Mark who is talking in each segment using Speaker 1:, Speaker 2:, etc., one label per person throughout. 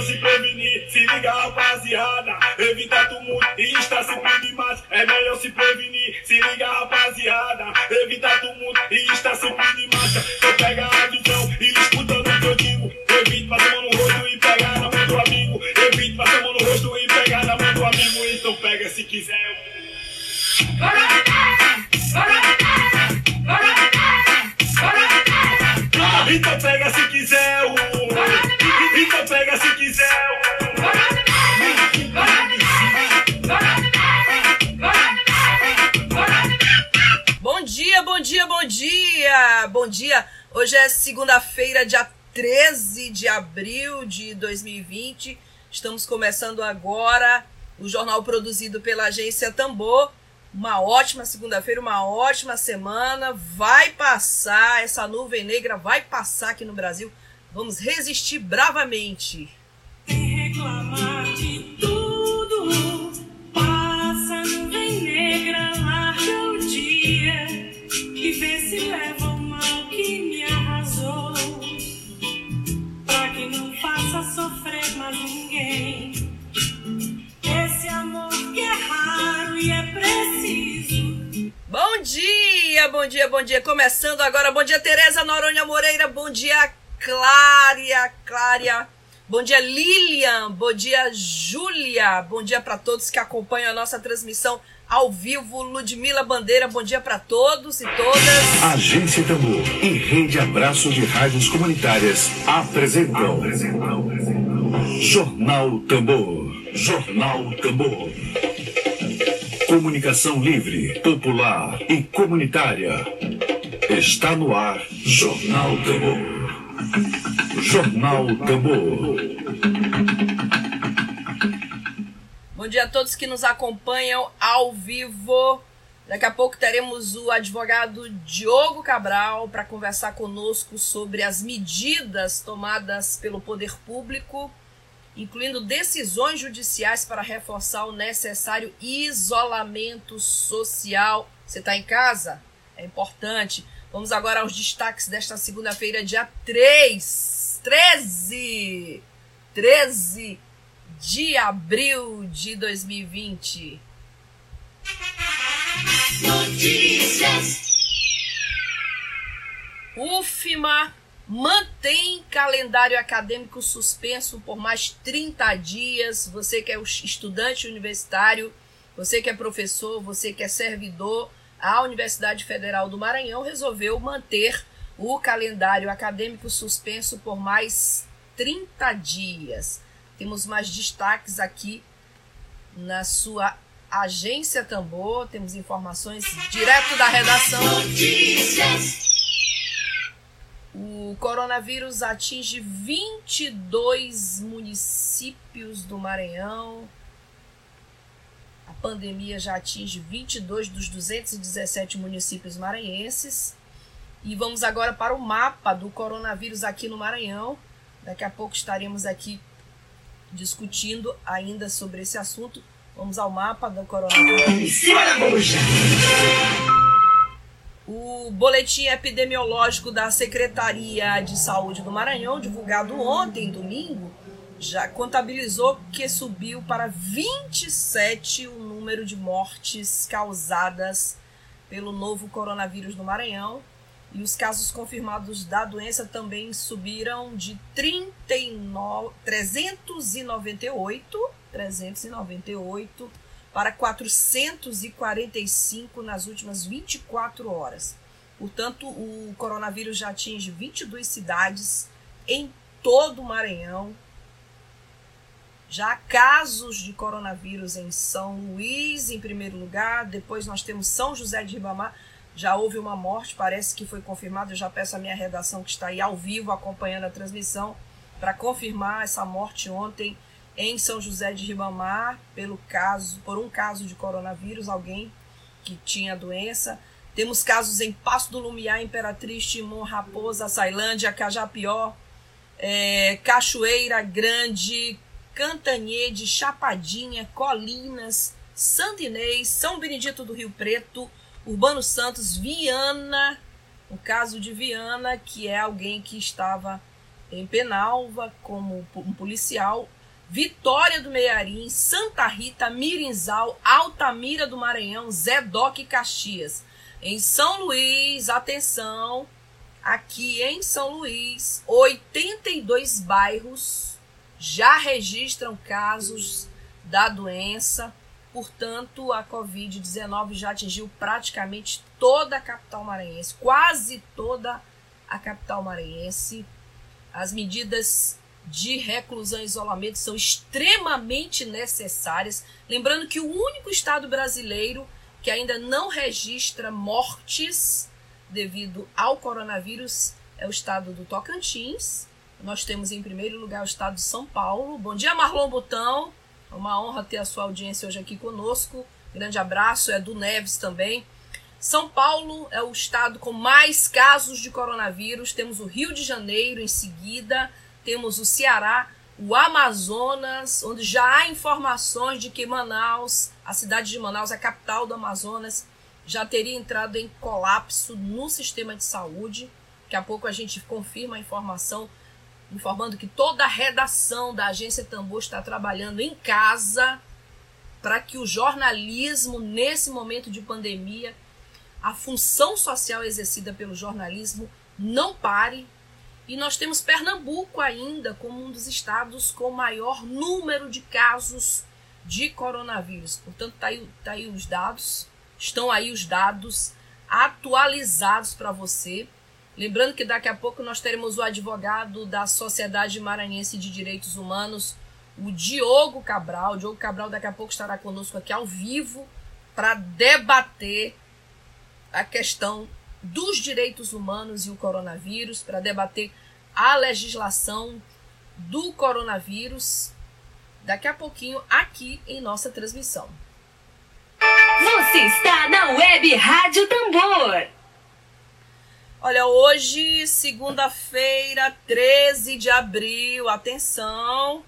Speaker 1: se prevenir. Se liga, rapaziada, evita tumulto e está sempre demais. É melhor se prevenir. Se liga, rapaziada, evita tumulto e está sempre demais. Então pega a visão e escuta no que eu digo. Evite passar a mão no rosto e pegar na mão do amigo. Evite passar a mão no rosto e pegar na mão do amigo. Então pega se quiser. Então pega se quiser. Então pega se quiser.
Speaker 2: Bom dia, bom dia, bom dia. Bom dia. Hoje é segunda-feira, dia 13 de abril de 2020. Estamos começando agora o jornal produzido pela Agência Tambor. Uma ótima segunda-feira, uma ótima semana. Vai passar, essa nuvem negra vai passar aqui no Brasil. Vamos resistir bravamente.
Speaker 3: Sem reclamar de tudo, passa nuvem negra, larga o dia e vê se leva o mal que me arrasou. Pra que não faça sofrer mais ninguém. Esse amor que é raro e é preciso.
Speaker 2: Bom dia, bom dia, bom dia. Começando agora. Bom dia, Tereza Noronha Moreira. Bom dia, Clária. Bom dia, Lilian. Bom dia, Júlia. Bom dia para todos que acompanham a nossa transmissão ao vivo. Ludmila Bandeira, bom dia para todos e todas.
Speaker 4: Agência Tambor e Rede Abraço de Rádios Comunitárias apresentam Jornal Tambor. Jornal Tambor. Comunicação livre, popular e comunitária. Está no ar Jornal Tambor. Jornal Tambor.
Speaker 2: Bom dia a todos que nos acompanham ao vivo. Daqui a pouco teremos o advogado Diogo Cabral para conversar conosco sobre as medidas tomadas pelo poder público, incluindo decisões judiciais para reforçar o necessário isolamento social. Você está em casa? É importante. Vamos agora aos destaques desta segunda-feira, dia 13 de abril de 2020.
Speaker 3: Notícias.
Speaker 2: UFMA mantém calendário acadêmico suspenso por mais 30 dias. Você que é estudante universitário, você que é professor, você que é servidor, a Universidade Federal do Maranhão resolveu manter o calendário acadêmico suspenso por mais 30 dias. Temos mais destaques aqui na sua Agência Tambor. Temos informações direto da redação.
Speaker 3: Notícias.
Speaker 2: O coronavírus atinge 22 municípios do Maranhão. A pandemia já atinge 22 dos 217 municípios maranhenses. E vamos agora para o mapa do coronavírus aqui no Maranhão. Daqui a pouco estaremos aqui discutindo ainda sobre esse assunto. Vamos ao mapa do coronavírus.
Speaker 3: Em cima da bucha.
Speaker 2: O boletim epidemiológico da Secretaria de Saúde do Maranhão, divulgado ontem, domingo, já contabilizou que subiu para 27 o número de mortes causadas pelo novo coronavírus no Maranhão. E os casos confirmados da doença também subiram de 398 para 445 nas últimas 24 horas. Portanto, o coronavírus já atinge 22 cidades em todo o Maranhão. Já há casos de coronavírus em São Luís, em primeiro lugar. Depois nós temos São José de Ribamar. Já houve uma morte, parece que foi confirmado. Eu já peço à minha redação que está aí ao vivo acompanhando a transmissão para confirmar essa morte ontem em São José de Ribamar por um caso de coronavírus, alguém que tinha a doença. Temos casos em Passo do Lumiar, Imperatriz, Timon, Raposa, Açailândia, Cajapió, Cachoeira Grande, Cantanhede, Chapadinha, Colinas, Santo Inês, São Benedito do Rio Preto, Urbano Santos, Viana, o caso de Viana, que é alguém que estava em Penalva, como um policial, Vitória do Mearim, Santa Rita, Mirinzal, Altamira do Maranhão, Zé Doca e Caxias. Em São Luís, atenção, aqui em São Luís, 82 bairros já registram casos da doença. Portanto, a Covid-19 já atingiu praticamente toda a capital maranhense, quase toda a capital maranhense. As medidas de reclusão e isolamento são extremamente necessárias. Lembrando que o único estado brasileiro que ainda não registra mortes devido ao coronavírus é o estado do Tocantins. Nós temos em primeiro lugar o estado de São Paulo. Bom dia, Marlon Botão. É uma honra ter a sua audiência hoje aqui conosco. Grande abraço, é do Neves também. São Paulo é o estado com mais casos de coronavírus. Temos o Rio de Janeiro em seguida. Temos o Ceará, o Amazonas, onde já há informações de que Manaus, a cidade de Manaus, a capital do Amazonas, já teria entrado em colapso no sistema de saúde. Daqui a pouco a gente confirma a informação, informando que toda a redação da Agência Tambor está trabalhando em casa para que o jornalismo, nesse momento de pandemia, a função social exercida pelo jornalismo não pare. E nós temos Pernambuco ainda como um dos estados com maior número de casos de coronavírus. Portanto, tá aí os dados, estão aí os dados atualizados para você. Lembrando que daqui a pouco nós teremos o advogado da Sociedade Maranhense de Direitos Humanos, o Diogo Cabral. O Diogo Cabral daqui a pouco estará conosco aqui ao vivo para debater a questão dos direitos humanos e o coronavírus, para debater a legislação do coronavírus daqui a pouquinho aqui em nossa transmissão.
Speaker 5: Você está na Web Rádio Tambor.
Speaker 2: Olha, hoje, segunda-feira, 13 de abril, atenção,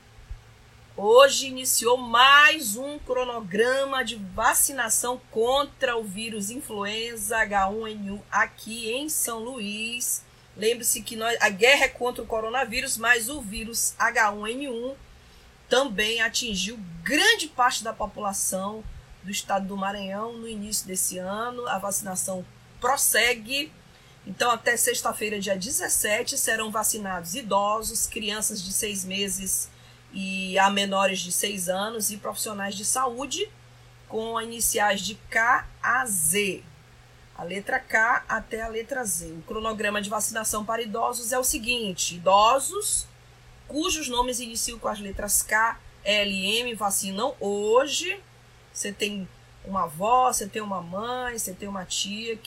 Speaker 2: hoje iniciou mais um cronograma de vacinação contra o vírus influenza H1N1 aqui em São Luís. Lembre-se que a guerra é contra o coronavírus, mas o vírus H1N1 também atingiu grande parte da população do estado do Maranhão no início desse ano. A vacinação prossegue. Então, até sexta-feira, dia 17, serão vacinados idosos, crianças de 6 meses e a menores de 6 anos e profissionais de saúde com iniciais de K a Z. A letra K até a letra Z. O cronograma de vacinação para idosos é o seguinte: idosos cujos nomes iniciam com as letras K, L e M vacinam hoje. Você tem uma avó, você tem uma mãe, você tem uma tia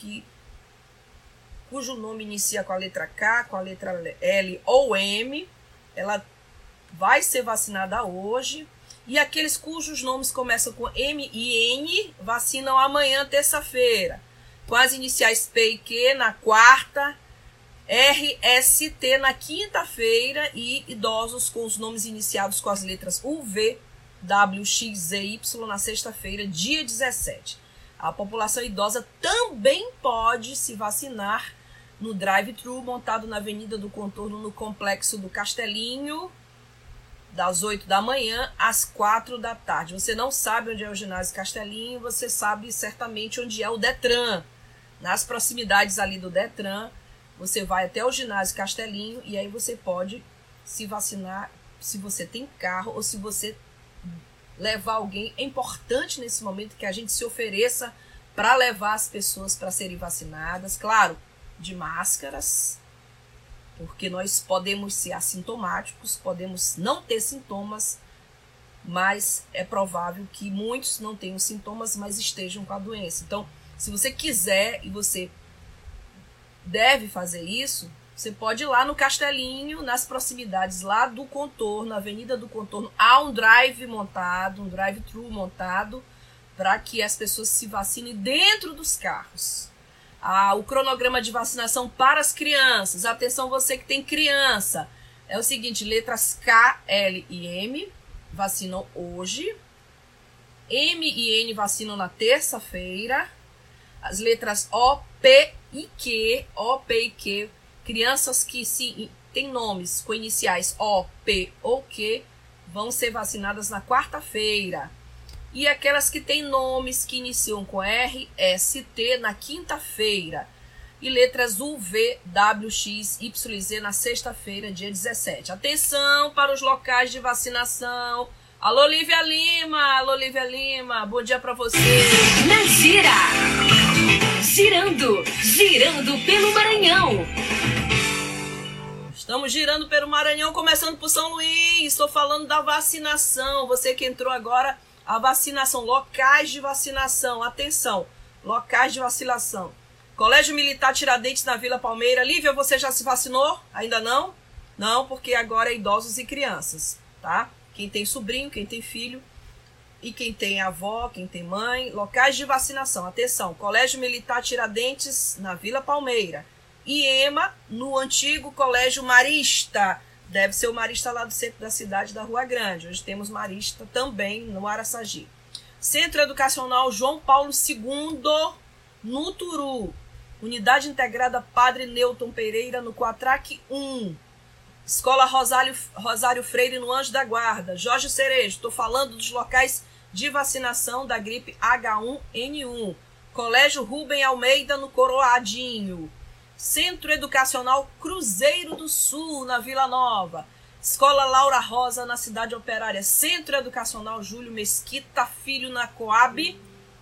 Speaker 2: cujo nome inicia com a letra K, com a letra L ou M, ela vai ser vacinada hoje. E aqueles cujos nomes começam com M e N vacinam amanhã, terça-feira, com as iniciais P e Q na quarta, R, S, T na quinta-feira e idosos com os nomes iniciados com as letras U, V, W, X, Z, Y na sexta-feira, dia 17. A população idosa também pode se vacinar no drive-thru montado na Avenida do Contorno, no Complexo do Castelinho, das 8 da manhã às 4 da tarde. Você não sabe onde é o ginásio Castelinho, você sabe certamente onde é o Detran. Nas proximidades ali do Detran, você vai até o ginásio Castelinho e aí você pode se vacinar se você tem carro ou se você levar alguém. É importante nesse momento que a gente se ofereça para levar as pessoas para serem vacinadas. Claro, de máscaras, porque nós podemos ser assintomáticos, podemos não ter sintomas, mas é provável que muitos não tenham sintomas, mas estejam com a doença. Então, se você quiser e você deve fazer isso, você pode ir lá no Castelinho, nas proximidades lá do Contorno, Avenida do Contorno, há um drive montado, um drive-thru montado, para que as pessoas se vacinem dentro dos carros. O cronograma de vacinação para as crianças, atenção você que tem criança, é o seguinte: letras K, L e M vacinam hoje, M e N vacinam na terça-feira, as letras O, P e Q, crianças que se têm nomes com iniciais O, P ou Q vão ser vacinadas na quarta-feira. E aquelas que têm nomes que iniciam com R, S, T na quinta-feira. E letras U, V, W, X, Y, Z na sexta-feira, dia 17. Atenção para os locais de vacinação. Alô, Lívia Lima! Alô, Lívia Lima! Bom dia para você!
Speaker 5: Na Gira! Girando pelo Maranhão.
Speaker 2: Estamos girando pelo Maranhão, começando por São Luís. Estou falando da vacinação. Você que entrou agora, a vacinação, locais de vacinação. Atenção, locais de vacinação. Colégio Militar Tiradentes na Vila Palmeira. Lívia, você já se vacinou? Ainda não? Não, porque agora é idosos e crianças, tá? Quem tem sobrinho, quem tem filho e quem tem avó, quem tem mãe. Locais de vacinação. Atenção, Colégio Militar Tiradentes na Vila Palmeira. IEMA no antigo Colégio Marista. Deve ser o Marista lá do centro da cidade, da Rua Grande. Hoje temos Marista também no Araçagi. Centro Educacional João Paulo II no Turu. Unidade Integrada Padre Newton Pereira no Quatraque 1. Escola Rosário Freire no Anjo da Guarda. Jorge Cerejo, estou falando dos locais de vacinação da gripe H1N1. Colégio Rubem Almeida no Coroadinho. Centro Educacional Cruzeiro do Sul, na Vila Nova. Escola Laura Rosa, na Cidade Operária. Centro Educacional Júlio Mesquita Filho, na Coab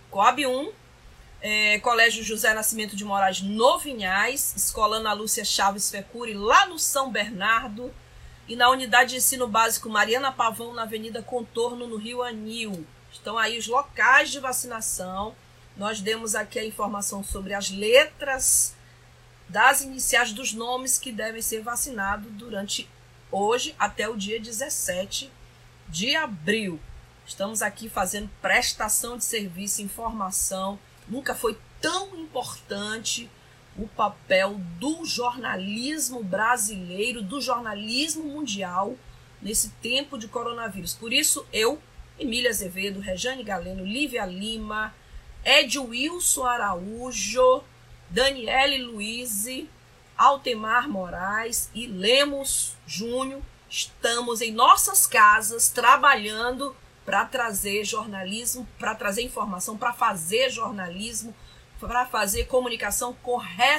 Speaker 2: 1. Colégio José Nascimento de Moraes, no Vinhais. Escola Ana Lúcia Chaves Fecuri, lá no São Bernardo. E na Unidade de Ensino Básico Mariana Pavão, na Avenida Contorno, no Rio Anil. Estão aí os locais de vacinação. Nós demos aqui a informação sobre as letras das iniciais dos nomes que devem ser vacinados durante hoje até o dia 17 de abril. Estamos aqui fazendo prestação de serviço, informação. Nunca foi tão importante o papel do jornalismo brasileiro, do jornalismo mundial, nesse tempo de coronavírus. Por isso, eu, Emília Azevedo, Rejane Galeno, Lívia Lima, Edwilson Araújo, Daniele Luiz, Altemar Moraes e Lemos Júnior, estamos em nossas casas trabalhando para trazer jornalismo, para trazer informação, para fazer jornalismo, para fazer comunicação com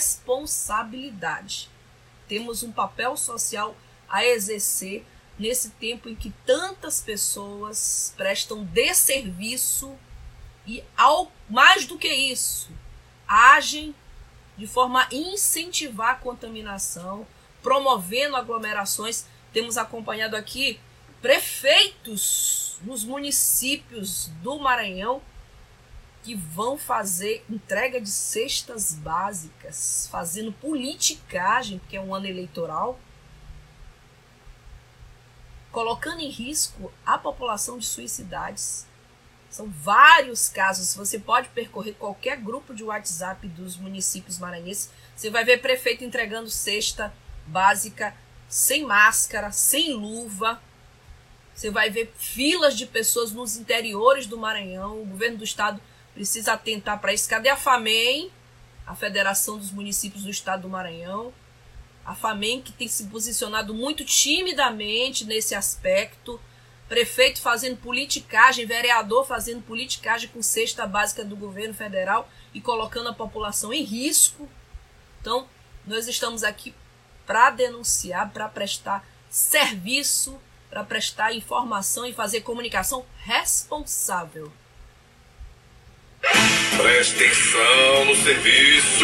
Speaker 2: responsabilidade. Temos um papel social a exercer nesse tempo em que tantas pessoas prestam desserviço e, mais do que isso, agem de forma a incentivar a contaminação, promovendo aglomerações. Temos acompanhado aqui prefeitos nos municípios do Maranhão que vão fazer entrega de cestas básicas, fazendo politicagem, porque é um ano eleitoral, colocando em risco a população de suicidades. São vários casos. Você pode percorrer qualquer grupo de WhatsApp dos municípios maranhenses. Você vai ver prefeito entregando cesta básica sem máscara, sem luva. Você vai ver filas de pessoas nos interiores do Maranhão. O governo do estado precisa atentar para isso. Cadê a FAMEM, a Federação dos Municípios do Estado do Maranhão? A FAMEM que tem se posicionado muito timidamente nesse aspecto. Prefeito fazendo politicagem, vereador fazendo politicagem com cesta básica do governo federal e colocando a população em risco. Então, nós estamos aqui para denunciar, para prestar serviço, para prestar informação e fazer comunicação responsável.
Speaker 1: Preste atenção no serviço.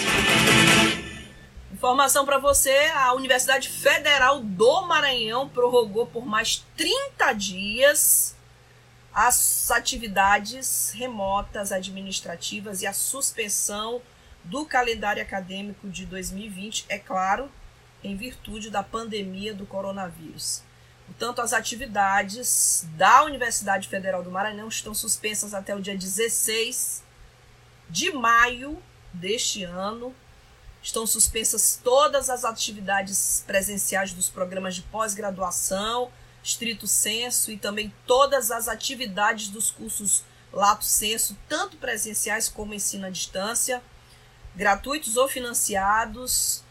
Speaker 2: Informação para você, a Universidade Federal do Maranhão prorrogou por mais 30 dias as atividades remotas administrativas e a suspensão do calendário acadêmico de 2020, é claro, em virtude da pandemia do coronavírus. Portanto, as atividades da Universidade Federal do Maranhão estão suspensas até o dia 16 de maio deste ano. Estão suspensas todas as atividades presenciais dos programas de pós-graduação, estrito sensu, e também todas as atividades dos cursos lato sensu, tanto presenciais como ensino à distância, gratuitos ou financiados.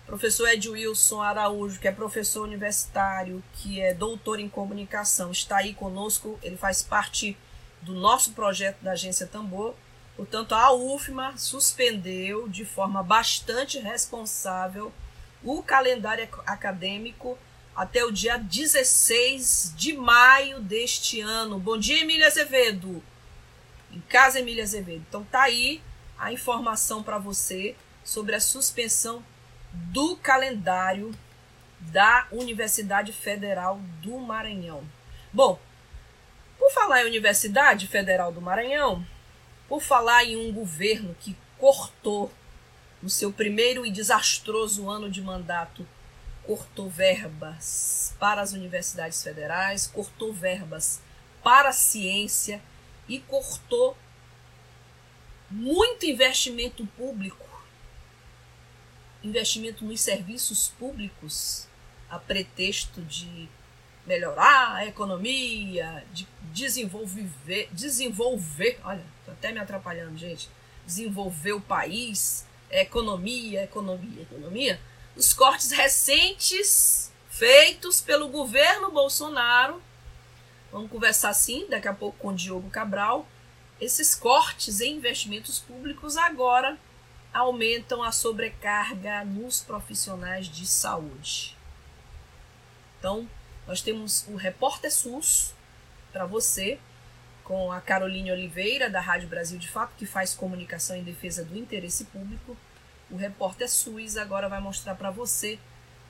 Speaker 2: Professor Edwilson Araújo, que é professor universitário, que é doutor em comunicação, está aí conosco. Ele faz parte do nosso projeto da Agência Tambor. Portanto, a UFMA suspendeu de forma bastante responsável o calendário acadêmico até o dia 16 de maio deste ano. Bom dia, Emília Azevedo. Em casa, Emília Azevedo. Então, tá aí a informação para você sobre a suspensão do calendário da Universidade Federal do Maranhão. Bom, por falar em Universidade Federal do Maranhão, por falar em um governo que cortou, no seu primeiro e desastroso ano de mandato, cortou verbas para as universidades federais, cortou verbas para a ciência e cortou muito investimento público, investimento nos serviços públicos, a pretexto de melhorar a economia, de desenvolver, olha, tô até me atrapalhando, gente, desenvolver o país, economia. Os cortes recentes feitos pelo governo Bolsonaro, vamos conversar sim, daqui a pouco com o Diogo Cabral, esses cortes em investimentos públicos agora aumentam a sobrecarga nos profissionais de saúde. Então, nós temos o Repórter SUS para você, com a Caroline Oliveira, da Rádio Brasil de Fato, que faz comunicação em defesa do interesse público. O Repórter SUS agora vai mostrar para você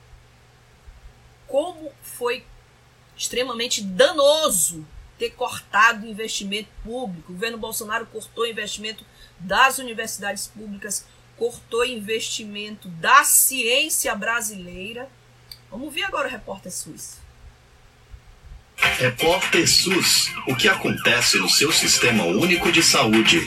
Speaker 2: como foi extremamente danoso ter cortado o investimento público. O governo Bolsonaro cortou o investimento das universidades públicas, cortou o investimento da ciência brasileira. Vamos ver agora o Repórter SUS.
Speaker 6: Repórter SUS. O que acontece no seu Sistema Único de Saúde?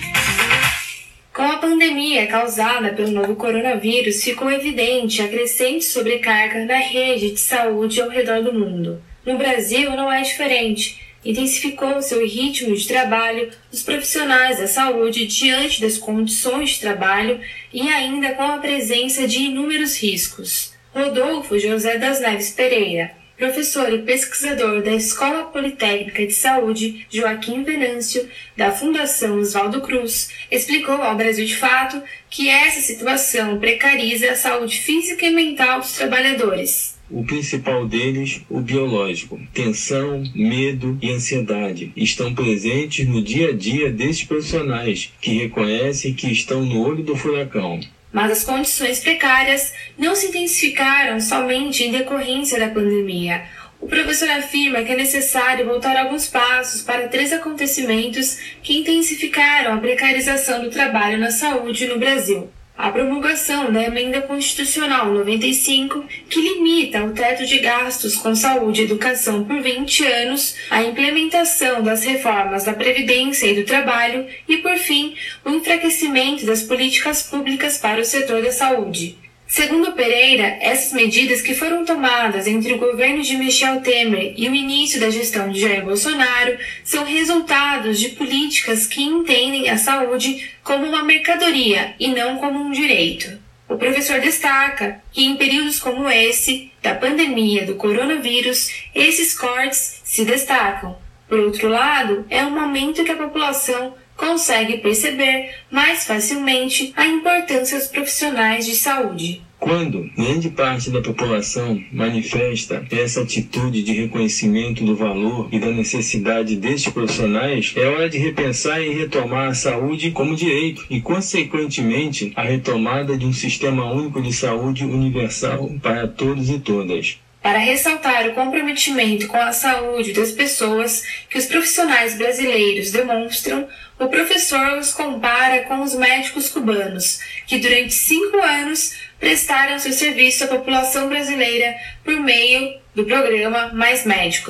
Speaker 7: Com a pandemia causada pelo novo coronavírus, ficou evidente a crescente sobrecarga na rede de saúde ao redor do mundo. No Brasil não é diferente. Intensificou-se o ritmo de trabalho dos profissionais da saúde diante das condições de trabalho e ainda com a presença de inúmeros riscos. Rodolfo José das Neves Pereira, professor e pesquisador da Escola Politécnica de Saúde Joaquim Venâncio, da Fundação Oswaldo Cruz, explicou ao Brasil de Fato que essa situação precariza a saúde física e mental dos trabalhadores.
Speaker 8: O principal deles, o biológico. Tensão, medo e ansiedade estão presentes no dia a dia desses profissionais que reconhecem que estão no olho do furacão.
Speaker 7: Mas as condições precárias não se intensificaram somente em decorrência da pandemia. O professor afirma que é necessário voltar alguns passos para 3 acontecimentos que intensificaram a precarização do trabalho na saúde no Brasil. A promulgação da Emenda Constitucional 95, que limita o teto de gastos com saúde e educação por 20 anos, a implementação das reformas da Previdência e do Trabalho e, por fim, o enfraquecimento das políticas públicas para o setor da saúde. Segundo Pereira, essas medidas que foram tomadas entre o governo de Michel Temer e o início da gestão de Jair Bolsonaro são resultados de políticas que entendem a saúde como uma mercadoria e não como um direito. O professor destaca que em períodos como esse, da pandemia do coronavírus, esses cortes se destacam. Por outro lado, é um momento que a população consegue perceber mais facilmente a importância dos profissionais de saúde.
Speaker 8: Quando grande parte da população manifesta essa atitude de reconhecimento do valor e da necessidade destes profissionais, é hora de repensar e retomar a saúde como direito e, consequentemente, a retomada de um sistema único de saúde universal para todos e todas.
Speaker 7: Para ressaltar o comprometimento com a saúde das pessoas que os profissionais brasileiros demonstram, o professor os compara com os médicos cubanos, que durante 5 anos prestaram seu serviço à população brasileira por meio do programa Mais Médicos.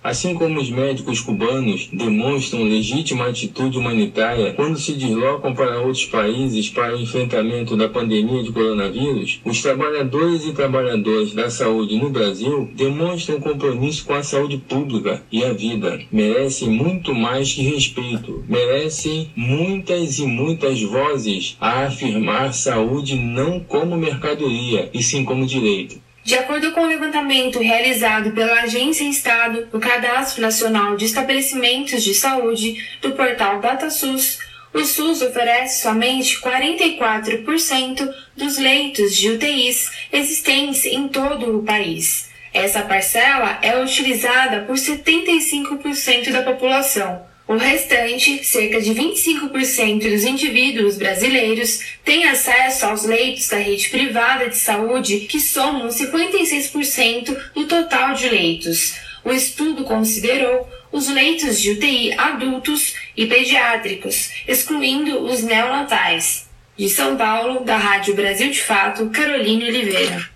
Speaker 8: Assim como os médicos cubanos demonstram legítima atitude humanitária quando se deslocam para outros países para o enfrentamento da pandemia de coronavírus, os trabalhadores e trabalhadoras da saúde no Brasil demonstram compromisso com a saúde pública e a vida. Merecem muito mais que respeito. Merecem muitas e muitas vozes a afirmar saúde não como mercadoria, e sim como direito.
Speaker 7: De acordo com o levantamento realizado pela Agência Estado do Cadastro Nacional de Estabelecimentos de Saúde do portal DataSUS, o SUS oferece somente 44% dos leitos de UTIs existentes em todo o país. Essa parcela é utilizada por 75% da população. O restante, cerca de 25% dos indivíduos brasileiros, têm acesso aos leitos da rede privada de saúde, que somam 56% do total de leitos. O estudo considerou os leitos de UTI adultos e pediátricos, excluindo os neonatais. De São Paulo, da Rádio Brasil de Fato, Caroline Oliveira.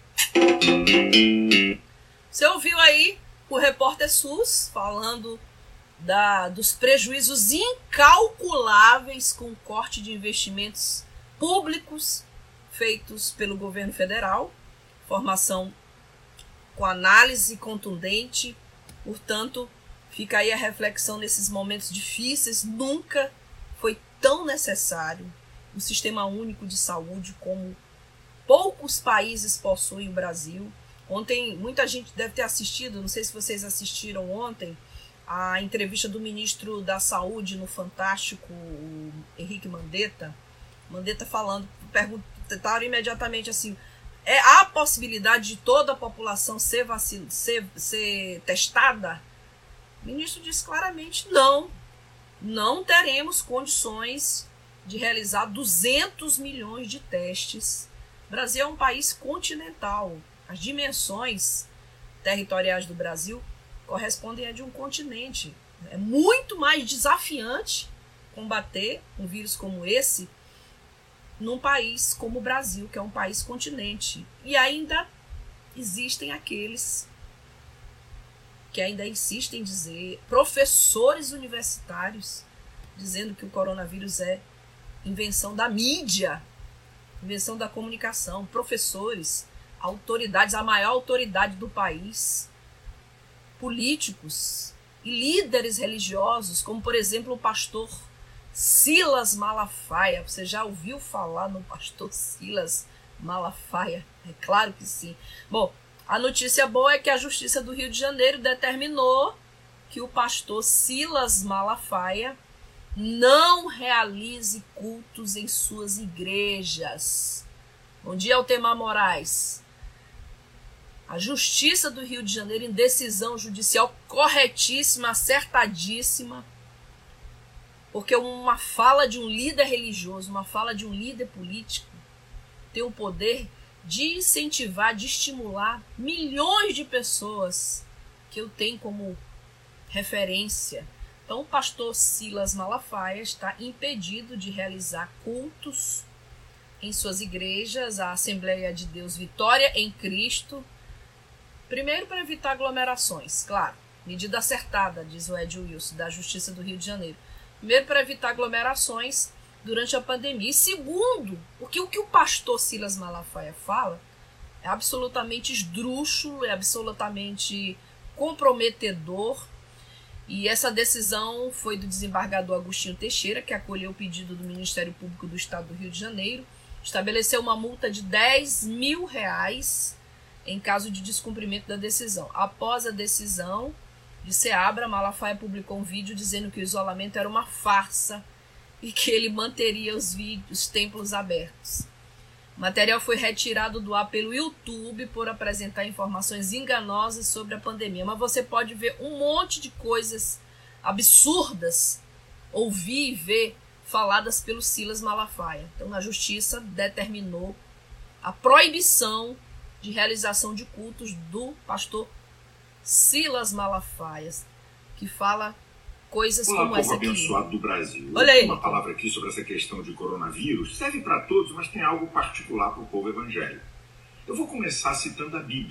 Speaker 2: Você ouviu aí o repórter SUS falando dos prejuízos incalculáveis com o corte de investimentos públicos feitos pelo governo federal, formação com análise contundente. Portanto, fica aí a reflexão nesses momentos difíceis. Nunca foi tão necessário um sistema único de saúde como poucos países possuem o Brasil. Ontem, muita gente deve ter assistido, não sei se vocês assistiram ontem, a entrevista do ministro da Saúde no Fantástico, o Henrique Mandetta. Mandetta falando, perguntaram imediatamente assim, há a possibilidade de toda a população ser testada? O ministro disse claramente, não teremos condições de realizar 200 milhões de testes. O Brasil é um país continental. As dimensões territoriais do Brasil correspondem a de um continente. É muito mais desafiante combater um vírus como esse num país como o Brasil, que é um país continente. E ainda existem aqueles que ainda insistem em dizer, professores universitários, dizendo que o coronavírus é invenção da mídia, invenção da comunicação, professores, autoridades, a maior autoridade do país, políticos e líderes religiosos, como, por exemplo, o pastor Silas Malafaia. Você já ouviu falar no pastor Silas Malafaia? É claro que sim. Bom, a notícia boa é que a Justiça do Rio de Janeiro determinou que o pastor Silas Malafaia não realize cultos em suas igrejas. Bom dia, Altemar Moraes. A Justiça do Rio de Janeiro, em decisão judicial corretíssima, acertadíssima, porque uma fala de um líder religioso, uma fala de um líder político, tem o poder de incentivar, de estimular milhões de pessoas que eu tenho como referência. Então, o pastor Silas Malafaia está impedido de realizar cultos em suas igrejas, a Assembleia de Deus Vitória em Cristo. Primeiro, para evitar aglomerações, claro, medida acertada, diz o Ed Wilson, da Justiça do Rio de Janeiro. Primeiro, para evitar aglomerações durante a pandemia. E segundo, porque o que o pastor Silas Malafaia fala é absolutamente esdrúxulo, é absolutamente comprometedor. E essa decisão foi do desembargador Agostinho Teixeira, que acolheu o pedido do Ministério Público do Estado do Rio de Janeiro, estabeleceu uma multa de R$10 mil em caso de descumprimento da decisão. Após a decisão de Seabra, Malafaia publicou um vídeo dizendo que o isolamento era uma farsa e que ele manteria os templos abertos. O material foi retirado do ar pelo YouTube por apresentar informações enganosas sobre a pandemia. Mas você pode ver um monte de coisas absurdas, ouvir e ver faladas pelo Silas Malafaia. Então, a Justiça determinou a proibição de realização de cultos do pastor Silas Malafaia, que fala coisas como essa aqui.
Speaker 9: Povo abençoado do Brasil.
Speaker 2: Olha aí.
Speaker 9: Uma palavra aqui sobre essa questão de coronavírus. Serve para todos, mas tem algo particular para o povo evangélico. Eu vou começar citando a Bíblia.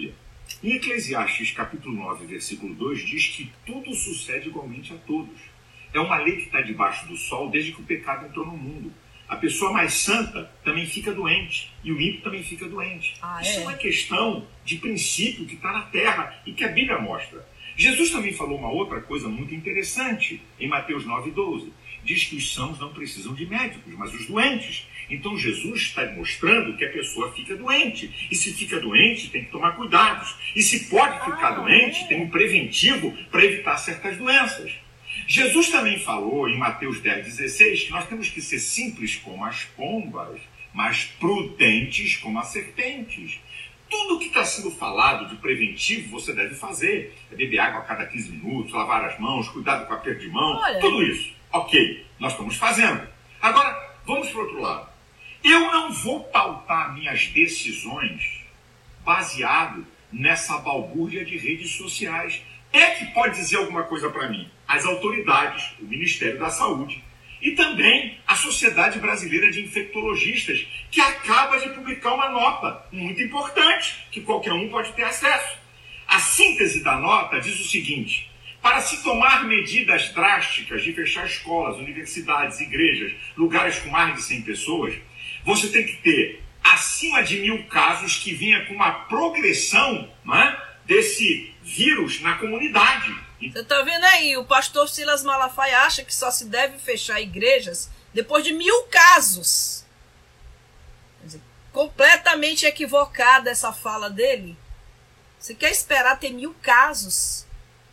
Speaker 9: Em Eclesiastes capítulo 9, versículo 2, diz que tudo sucede igualmente a todos. É uma lei que está debaixo do sol desde que o pecado entrou no mundo. A pessoa mais santa também fica doente e o ímpio também fica doente. Isso é uma questão de princípio que está na terra e que a Bíblia mostra. Jesus também falou uma outra coisa muito interessante em Mateus 9,12. Diz que os sãos não precisam de médicos, mas os doentes. Então Jesus está mostrando que a pessoa fica doente. E se fica doente, tem que tomar cuidados. E se pode ficar doente, tem um preventivo para evitar certas doenças. Jesus também falou em Mateus 10,16 que nós temos que ser simples como as pombas, mas prudentes como as serpentes. Tudo que está sendo falado de preventivo você deve fazer. É beber água a cada 15 minutos, lavar as mãos, cuidado com a perda de mão, tudo isso. Ok, nós estamos fazendo. Agora, vamos para o outro lado. Eu não vou pautar minhas decisões baseado nessa balbúrdia de redes sociais. É que pode dizer alguma coisa para mim? As autoridades, o Ministério da Saúde e também a Sociedade Brasileira de Infectologistas, que acaba de publicar uma nota muito importante, que qualquer um pode ter acesso. A síntese da nota diz o seguinte: para se tomar medidas drásticas de fechar escolas, universidades, igrejas, lugares com mais de 100 pessoas, você tem que ter acima de 1.000 casos que venha com uma progressão, não é, desse vírus na comunidade.
Speaker 2: Você tá vendo aí, o pastor Silas Malafaia acha que só se deve fechar igrejas depois de 1.000 casos. Quer dizer, completamente equivocada essa fala dele. Você quer esperar ter 1.000 casos,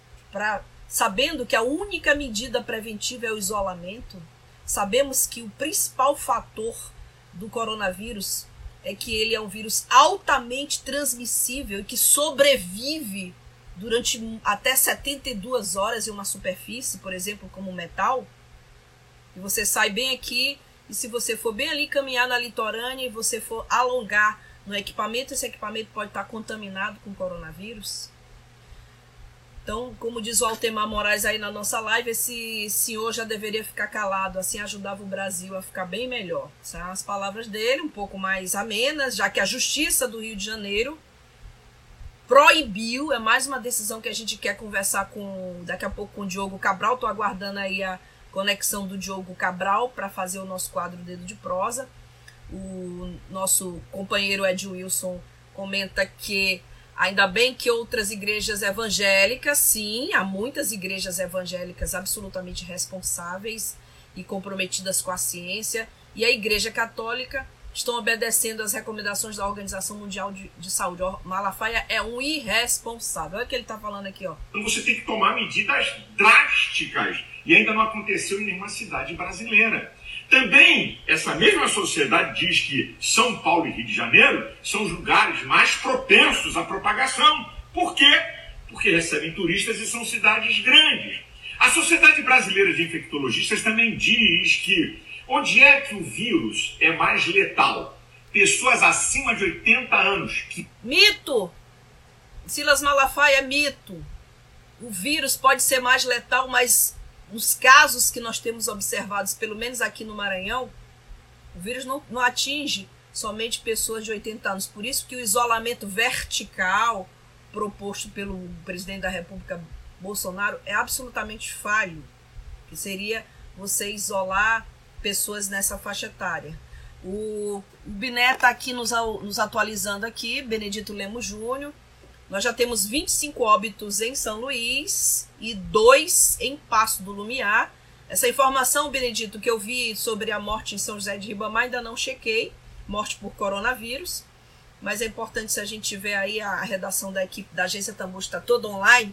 Speaker 2: sabendo que a única medida preventiva é o isolamento? Sabemos que o principal fator do coronavírus é que ele é um vírus altamente transmissível e que sobrevive durante até 72 horas em uma superfície, por exemplo, como metal. E você sai bem aqui, e se você for bem ali caminhar na litorânea e você for alongar no equipamento, esse equipamento pode estar contaminado com coronavírus. Então, como diz o Altemar Moraes aí na nossa live, esse senhor já deveria ficar calado, assim ajudava o Brasil a ficar bem melhor. São as palavras dele, um pouco mais amenas, já que a Justiça do Rio de Janeiro proibiu, é mais uma decisão que a gente quer conversar daqui a pouco com o Diogo Cabral. Estou aguardando aí a conexão do Diogo Cabral para fazer o nosso quadro Dedo de Prosa. O nosso companheiro Ed Wilson comenta que ainda bem que outras igrejas evangélicas, sim, há muitas igrejas evangélicas absolutamente responsáveis e comprometidas com a ciência, e a Igreja Católica estão obedecendo às recomendações da Organização Mundial de Saúde. Malafaia é um irresponsável. Olha o que ele está falando aqui, ó.
Speaker 9: Você tem que tomar medidas drásticas, e ainda não aconteceu em nenhuma cidade brasileira. Também, essa mesma sociedade diz que São Paulo e Rio de Janeiro são os lugares mais propensos à propagação. Por quê? Porque recebem turistas e são cidades grandes. A Sociedade Brasileira de Infectologistas também diz que onde é que o vírus é mais letal? Pessoas acima de 80 anos.
Speaker 2: Mito! Silas Malafaia é mito. O vírus pode ser mais letal, mas nos casos que nós temos observados, pelo menos aqui no Maranhão, o vírus não atinge somente pessoas de 80 anos. Por isso que o isolamento vertical proposto pelo presidente da República, Bolsonaro, é absolutamente falho, que seria você isolar pessoas nessa faixa etária. O Biné está aqui nos atualizando aqui, Benedito Lemos Júnior. Nós já temos 25 óbitos em São Luís e 2 em Passo do Lumiar. Essa informação, Benedito, que eu vi sobre a morte em São José de Ribamar, ainda não chequei, morte por coronavírus, mas é importante, se a gente tiver aí a redação da equipe da Agência Tambor está toda online,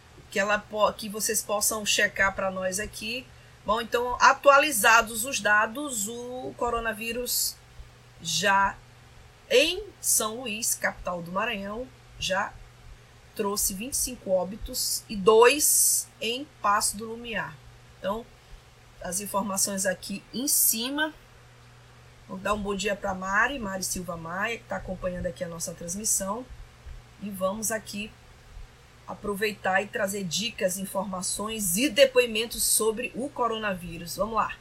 Speaker 2: que vocês possam checar para nós aqui. Bom, então, atualizados os dados, o coronavírus já em São Luís, capital do Maranhão, já trouxe 25 óbitos e 2 em Passo do Lumiar. Então, as informações aqui em cima. Vou dar um bom dia para Mari Silva Maia, que está acompanhando aqui a nossa transmissão. E vamos aqui aproveitar e trazer dicas, informações e depoimentos sobre o coronavírus. Vamos lá.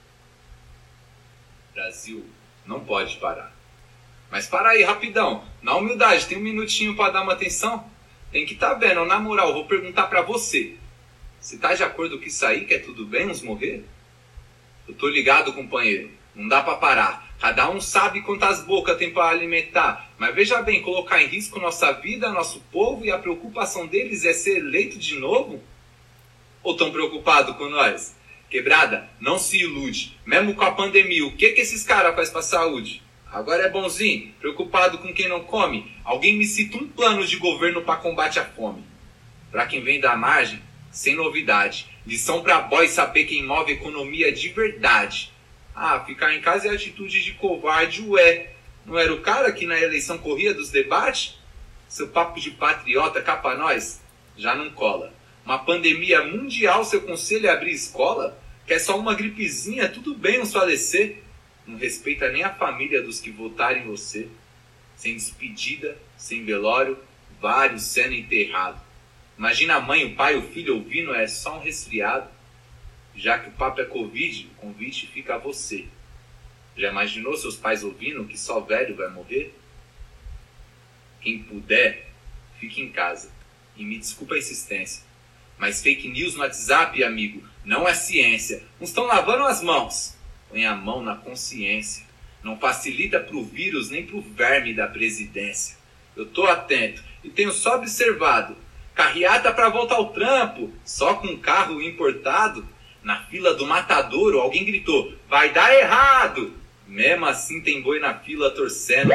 Speaker 10: Brasil não pode parar. Mas para aí, rapidão. Na humildade, tem um minutinho para dar uma atenção? Tem que tá vendo, na moral, vou perguntar pra você. Você tá de acordo com isso aí, que é tudo bem uns morrer? Eu tô ligado, companheiro. Não dá pra parar. Cada um sabe quantas bocas tem pra alimentar. Mas veja bem, colocar em risco nossa vida, nosso povo, e a preocupação deles é ser eleito de novo? Ou tão preocupado com nós? Quebrada, não se ilude. Mesmo com a pandemia, o que esses caras fazem pra saúde? Agora é bonzinho, preocupado com quem não come. Alguém me cita um plano de governo para combate à fome. Pra quem vem da margem, sem novidade. Lição pra boy saber quem move a economia de verdade. Ah, ficar em casa é atitude de covarde, ué. Não era o cara que na eleição corria dos debates? Seu papo de patriota cá pra nós já não cola. Uma pandemia mundial, seu conselho é abrir escola? Quer só uma gripezinha, tudo bem uns falecer. Não respeita nem a família dos que votaram em você. Sem despedida, sem velório, vários sendo enterrados. Imagina a mãe, o pai, o filho ouvindo, é só um resfriado. Já que o papo é Covid, o convite fica a você. Já imaginou seus pais ouvindo que só velho vai morrer? Quem puder, fique em casa. E me desculpa a insistência. Mas fake news no WhatsApp, amigo, não é ciência. Uns estão lavando as mãos. Põe a mão na consciência. Não facilita pro vírus nem pro verme da presidência. Eu tô atento e tenho só observado. Carreata pra voltar ao trampo, só com carro importado. Na fila do matadouro, alguém gritou, vai dar errado. Mesmo assim tem boi na fila torcendo.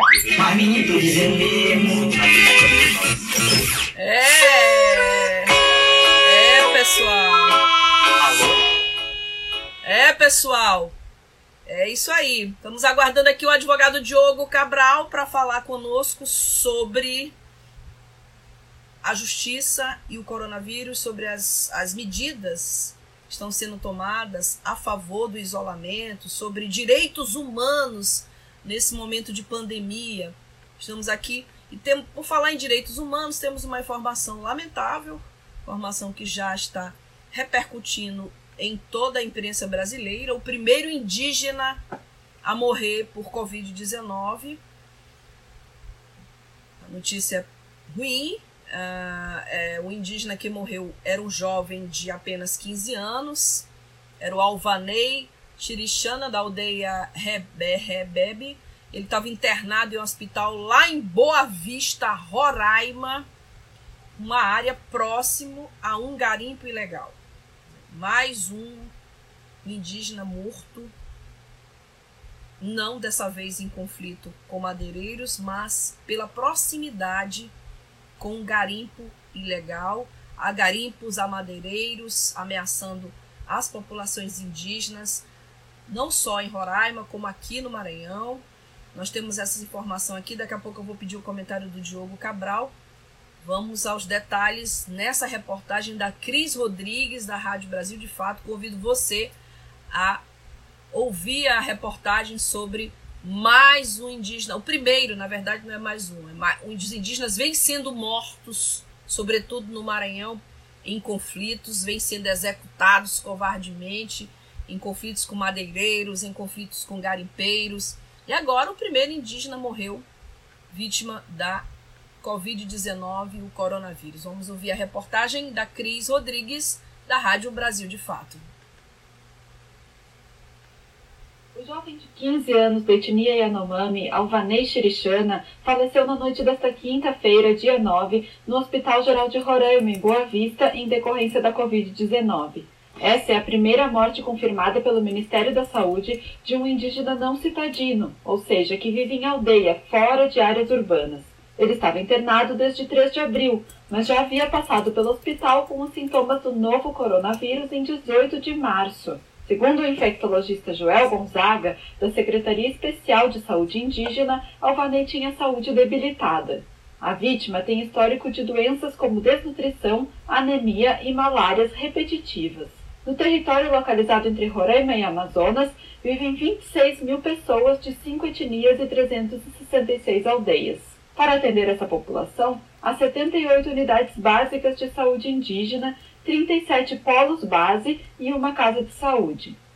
Speaker 2: Pessoal. É isso aí. Estamos aguardando aqui o advogado Diogo Cabral para falar conosco sobre a justiça e o coronavírus, sobre as medidas que estão sendo tomadas a favor do isolamento, sobre direitos humanos nesse momento de pandemia. Estamos aqui e por falar em direitos humanos, temos uma informação lamentável, informação que já está repercutindo em toda a imprensa brasileira. O primeiro indígena a morrer por Covid-19. A notícia ruim. O indígena que morreu era um jovem de apenas 15 anos. Era o Alvanei Chirixana, da aldeia Rebebe. Ele estava internado em um hospital lá em Boa Vista, Roraima, uma área próximo a um garimpo ilegal. Mais um indígena morto, não dessa vez em conflito com madeireiros, mas pela proximidade com um garimpo ilegal. Há garimpos, há madeireiros ameaçando as populações indígenas, não só em Roraima, como aqui no Maranhão. Nós temos essa informação aqui, daqui a pouco eu vou pedir o comentário do Diogo Cabral. Vamos aos detalhes nessa reportagem da Cris Rodrigues, da Rádio Brasil de Fato. Convido você a ouvir a reportagem sobre mais um indígena. O primeiro, na verdade, não é mais um. Os indígenas vêm sendo mortos, sobretudo no Maranhão, em conflitos, vêm sendo executados covardemente, em conflitos com madeireiros, em conflitos com garimpeiros. E agora o primeiro indígena morreu, vítima da Covid-19, o coronavírus. Vamos ouvir a reportagem da Cris Rodrigues, da Rádio Brasil de Fato.
Speaker 11: O jovem de 15 anos da etnia Yanomami, Alvanei Chirixana, faleceu na noite desta quinta-feira, dia 9, no Hospital Geral de Roraima, em Boa Vista, em decorrência da Covid-19. Essa é a primeira morte confirmada pelo Ministério da Saúde de um indígena não citadino, ou seja, que vive em aldeia, fora de áreas urbanas. Ele estava internado desde 3 de abril, mas já havia passado pelo hospital com os sintomas do novo coronavírus em 18 de março. Segundo o infectologista Joel Gonzaga, da Secretaria Especial de Saúde Indígena, Alvanei tinha saúde debilitada. A vítima tem histórico de doenças como desnutrição, anemia e malárias repetitivas. No território localizado entre Roraima e Amazonas, vivem 26 mil pessoas de 5 etnias e 366 aldeias. Para atender essa população, há 78 unidades básicas de saúde indígena, 37 polos base e uma casa de saúde.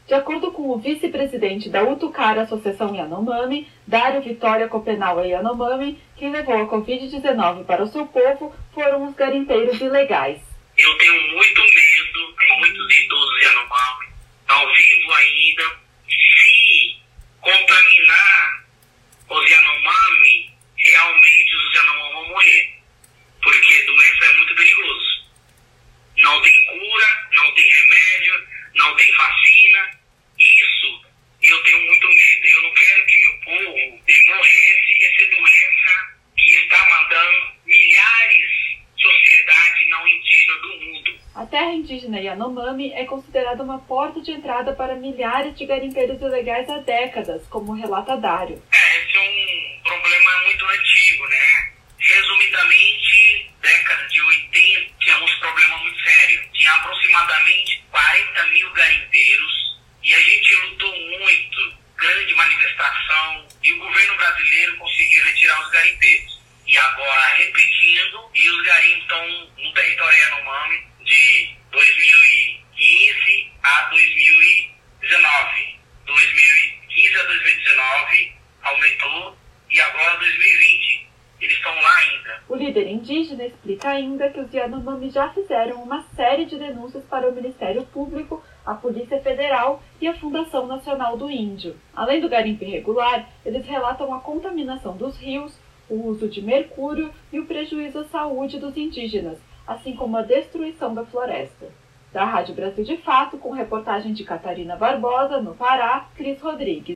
Speaker 11: De acordo com o vice-presidente da Utucara Associação Yanomami, Dário Vitória Copenaua Yanomami, quem levou a Covid-19 para o seu povo foram os garimpeiros ilegais.
Speaker 12: Eu tenho muito medo, muitos idosos Yanomami estão vivos ainda. Se contaminar os Yanomami, realmente os Yanomami vão morrer, porque a doença é muito perigosa. Não tem cura, não tem remédio, não tem vacina. Isso eu tenho muito medo. Eu não quero que meu povo ele morresse essa doença que está mandando milhares de sociedades não indígenas do mundo.
Speaker 11: A terra indígena Yanomami é considerada uma porta de entrada para milhares de garimpeiros ilegais há décadas, como relata Dário.
Speaker 12: Esse é um problema muito antigo, né? Resumidamente, década de 80, tinha uns problemas muito sérios. Tinha aproximadamente 40 mil garimpeiros e a gente lutou muito, grande manifestação, e o governo brasileiro conseguiu retirar os garimpeiros. E agora, repetindo, e os garimpos estão no território Yanomami de 2015 a 2019. 2015 a 2019 aumentou e agora 2020. Eles estão lá ainda.
Speaker 11: O líder indígena explica ainda que os Yanomami já fizeram uma série de denúncias para o Ministério Público, a Polícia Federal e a Fundação Nacional do Índio. Além do garimpo irregular, eles relatam a contaminação dos rios, o uso de mercúrio e o prejuízo à saúde dos indígenas, assim como a destruição da floresta. Da Rádio Brasil de Fato, com reportagem de Catarina Barbosa, no Pará, Cris Rodrigues.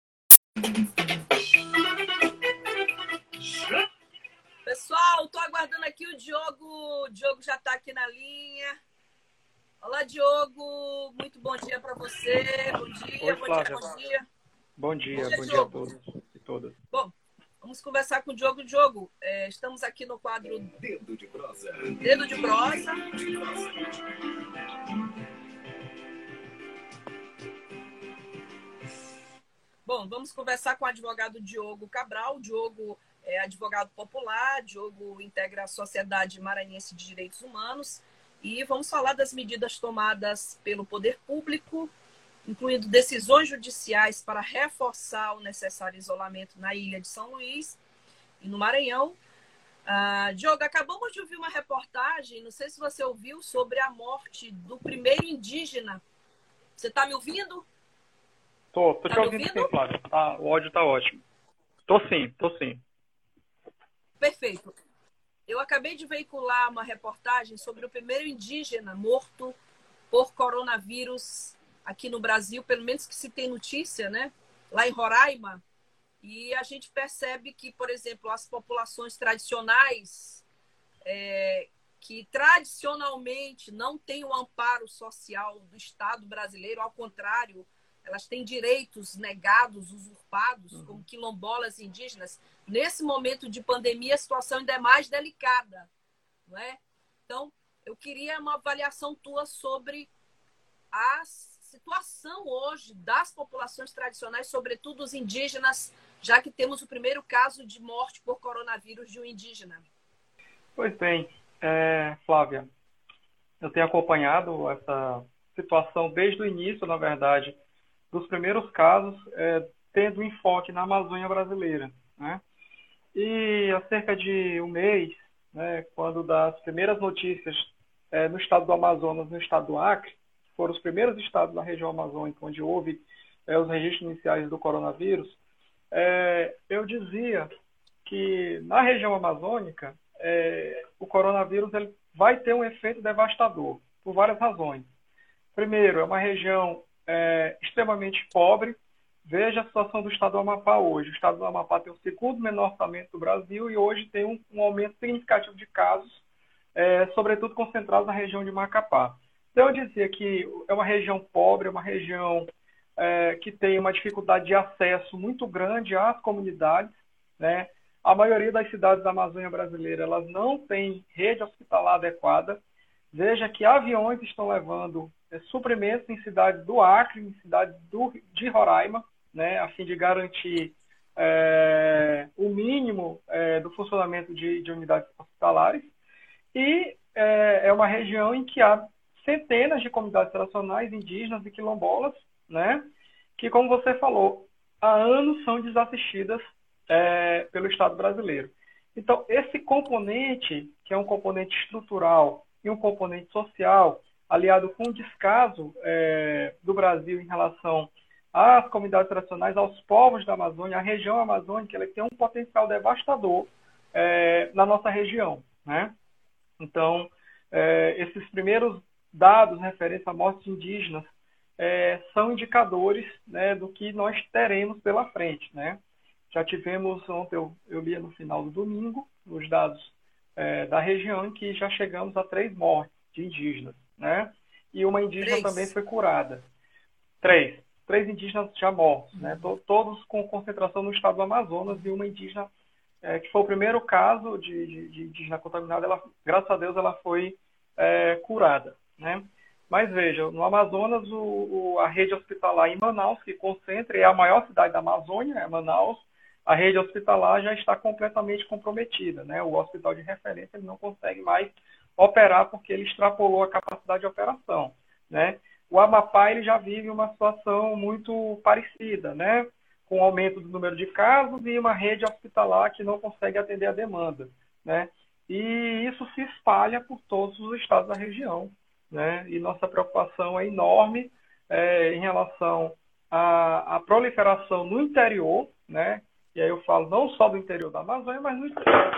Speaker 2: Pessoal, estou aguardando aqui o Diogo. O Diogo já está aqui na linha. Olá, Diogo. Muito bom dia para você. Bom dia,
Speaker 13: Oi,
Speaker 2: bom
Speaker 13: Flávia.
Speaker 2: dia, bom dia.
Speaker 13: Bom dia a todos e todas.
Speaker 2: Bom, vamos conversar com o Diogo. Diogo, estamos aqui no quadro
Speaker 4: Dedo de Prosa.
Speaker 2: Dedo de Prosa. Bom, vamos conversar com o advogado Diogo Cabral. Diogo é advogado popular, Diogo integra a Sociedade Maranhense de Direitos Humanos e vamos falar das medidas tomadas pelo poder público, incluindo decisões judiciais para reforçar o necessário isolamento na ilha de São Luís e no Maranhão. Diogo, acabamos de ouvir uma reportagem, não sei se você ouviu, sobre a morte do primeiro indígena. Você está me ouvindo?
Speaker 13: Tô te ouvindo sim, Flávio. O áudio está ótimo. Tô sim.
Speaker 2: Perfeito. Eu acabei de veicular uma reportagem sobre o primeiro indígena morto por coronavírus aqui no Brasil, pelo menos que se tem notícia, né? Lá em Roraima. E a gente percebe que, por exemplo, as populações tradicionais, que tradicionalmente não têm o amparo social do Estado brasileiro, ao contrário, elas têm direitos negados, usurpados, como quilombolas indígenas. Nesse momento de pandemia, a situação ainda é mais delicada, não é? Então, eu queria uma avaliação tua sobre a situação hoje das populações tradicionais, sobretudo os indígenas, já que temos o primeiro caso de morte por coronavírus de um indígena.
Speaker 13: Pois bem, Flávia, eu tenho acompanhado essa situação desde o início, na verdade, dos primeiros casos, tendo enfoque na Amazônia brasileira, né? E há cerca de um mês, né, quando das primeiras notícias no estado do Amazonas, no estado do Acre, que foram os primeiros estados da região amazônica onde houve os registros iniciais do coronavírus, eu dizia que na região amazônica o coronavírus ele vai ter um efeito devastador, por várias razões. Primeiro, é uma região extremamente pobre. Veja a situação do estado do Amapá hoje. O estado do Amapá tem o segundo menor orçamento do Brasil e hoje tem um aumento significativo de casos, sobretudo concentrados na região de Macapá. Então, eu dizia que é uma região pobre, é uma região que tem uma dificuldade de acesso muito grande às comunidades, né? A maioria das cidades da Amazônia brasileira elas não têm rede hospitalar adequada. Veja que aviões estão levando suprimentos em cidades do Acre, em cidades de Roraima, né, a fim de garantir o mínimo do funcionamento de unidades hospitalares. E é uma região em que há centenas de comunidades tradicionais, indígenas e quilombolas, né, que, como você falou, há anos são desassistidas pelo Estado brasileiro. Então, esse componente, que é um componente estrutural e um componente social, aliado com o descaso do Brasil em relação às comunidades tradicionais, aos povos da Amazônia, a região amazônica, ela tem um potencial devastador na nossa região, né? Então, esses primeiros dados referentes a mortes indígenas são indicadores, né, do que nós teremos pela frente, né? Já tivemos, ontem eu li no final do domingo, os dados da região, em que já chegamos a 3 mortes de indígenas, né? E uma indígena também foi curada. 3 indígenas já mortos, né? Todos com concentração no estado do Amazonas, e uma indígena que foi o primeiro caso de indígena contaminada, graças a Deus ela foi curada, né? Mas veja, no Amazonas, a rede hospitalar em Manaus, que concentra, é a maior cidade da Amazônia, é Manaus, a rede hospitalar já está completamente comprometida, né? O hospital de referência ele não consegue mais operar porque ele extrapolou a capacidade de operação, né? O Amapá ele já vive uma situação muito parecida, né? Com o aumento do número de casos e uma rede hospitalar que não consegue atender a demanda, né? E isso se espalha por todos os estados da região, né? E nossa preocupação é enorme em relação à proliferação no interior, né? E aí eu falo não só do interior da Amazônia, mas no interior,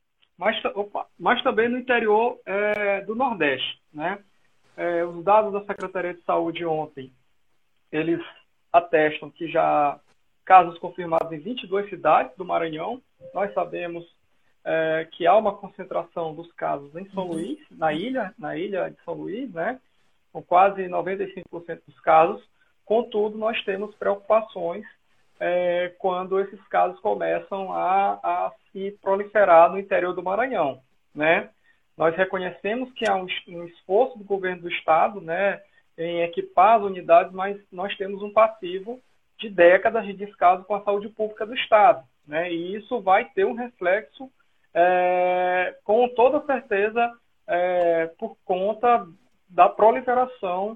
Speaker 13: mas também no interior do Nordeste, né? Os dados da Secretaria de Saúde ontem, eles atestam que já casos confirmados em 22 cidades do Maranhão. Nós sabemos que há uma concentração dos casos em São Luís, na ilha de São Luís, né? Com quase 95% dos casos. Contudo, nós temos preocupações quando esses casos começam a se proliferar no interior do Maranhão, né? Nós reconhecemos que há um esforço do governo do estado, né, em equipar as unidades, mas nós temos um passivo de décadas de descaso com a saúde pública do estado, né? E isso vai ter um reflexo, com toda certeza, por conta da proliferação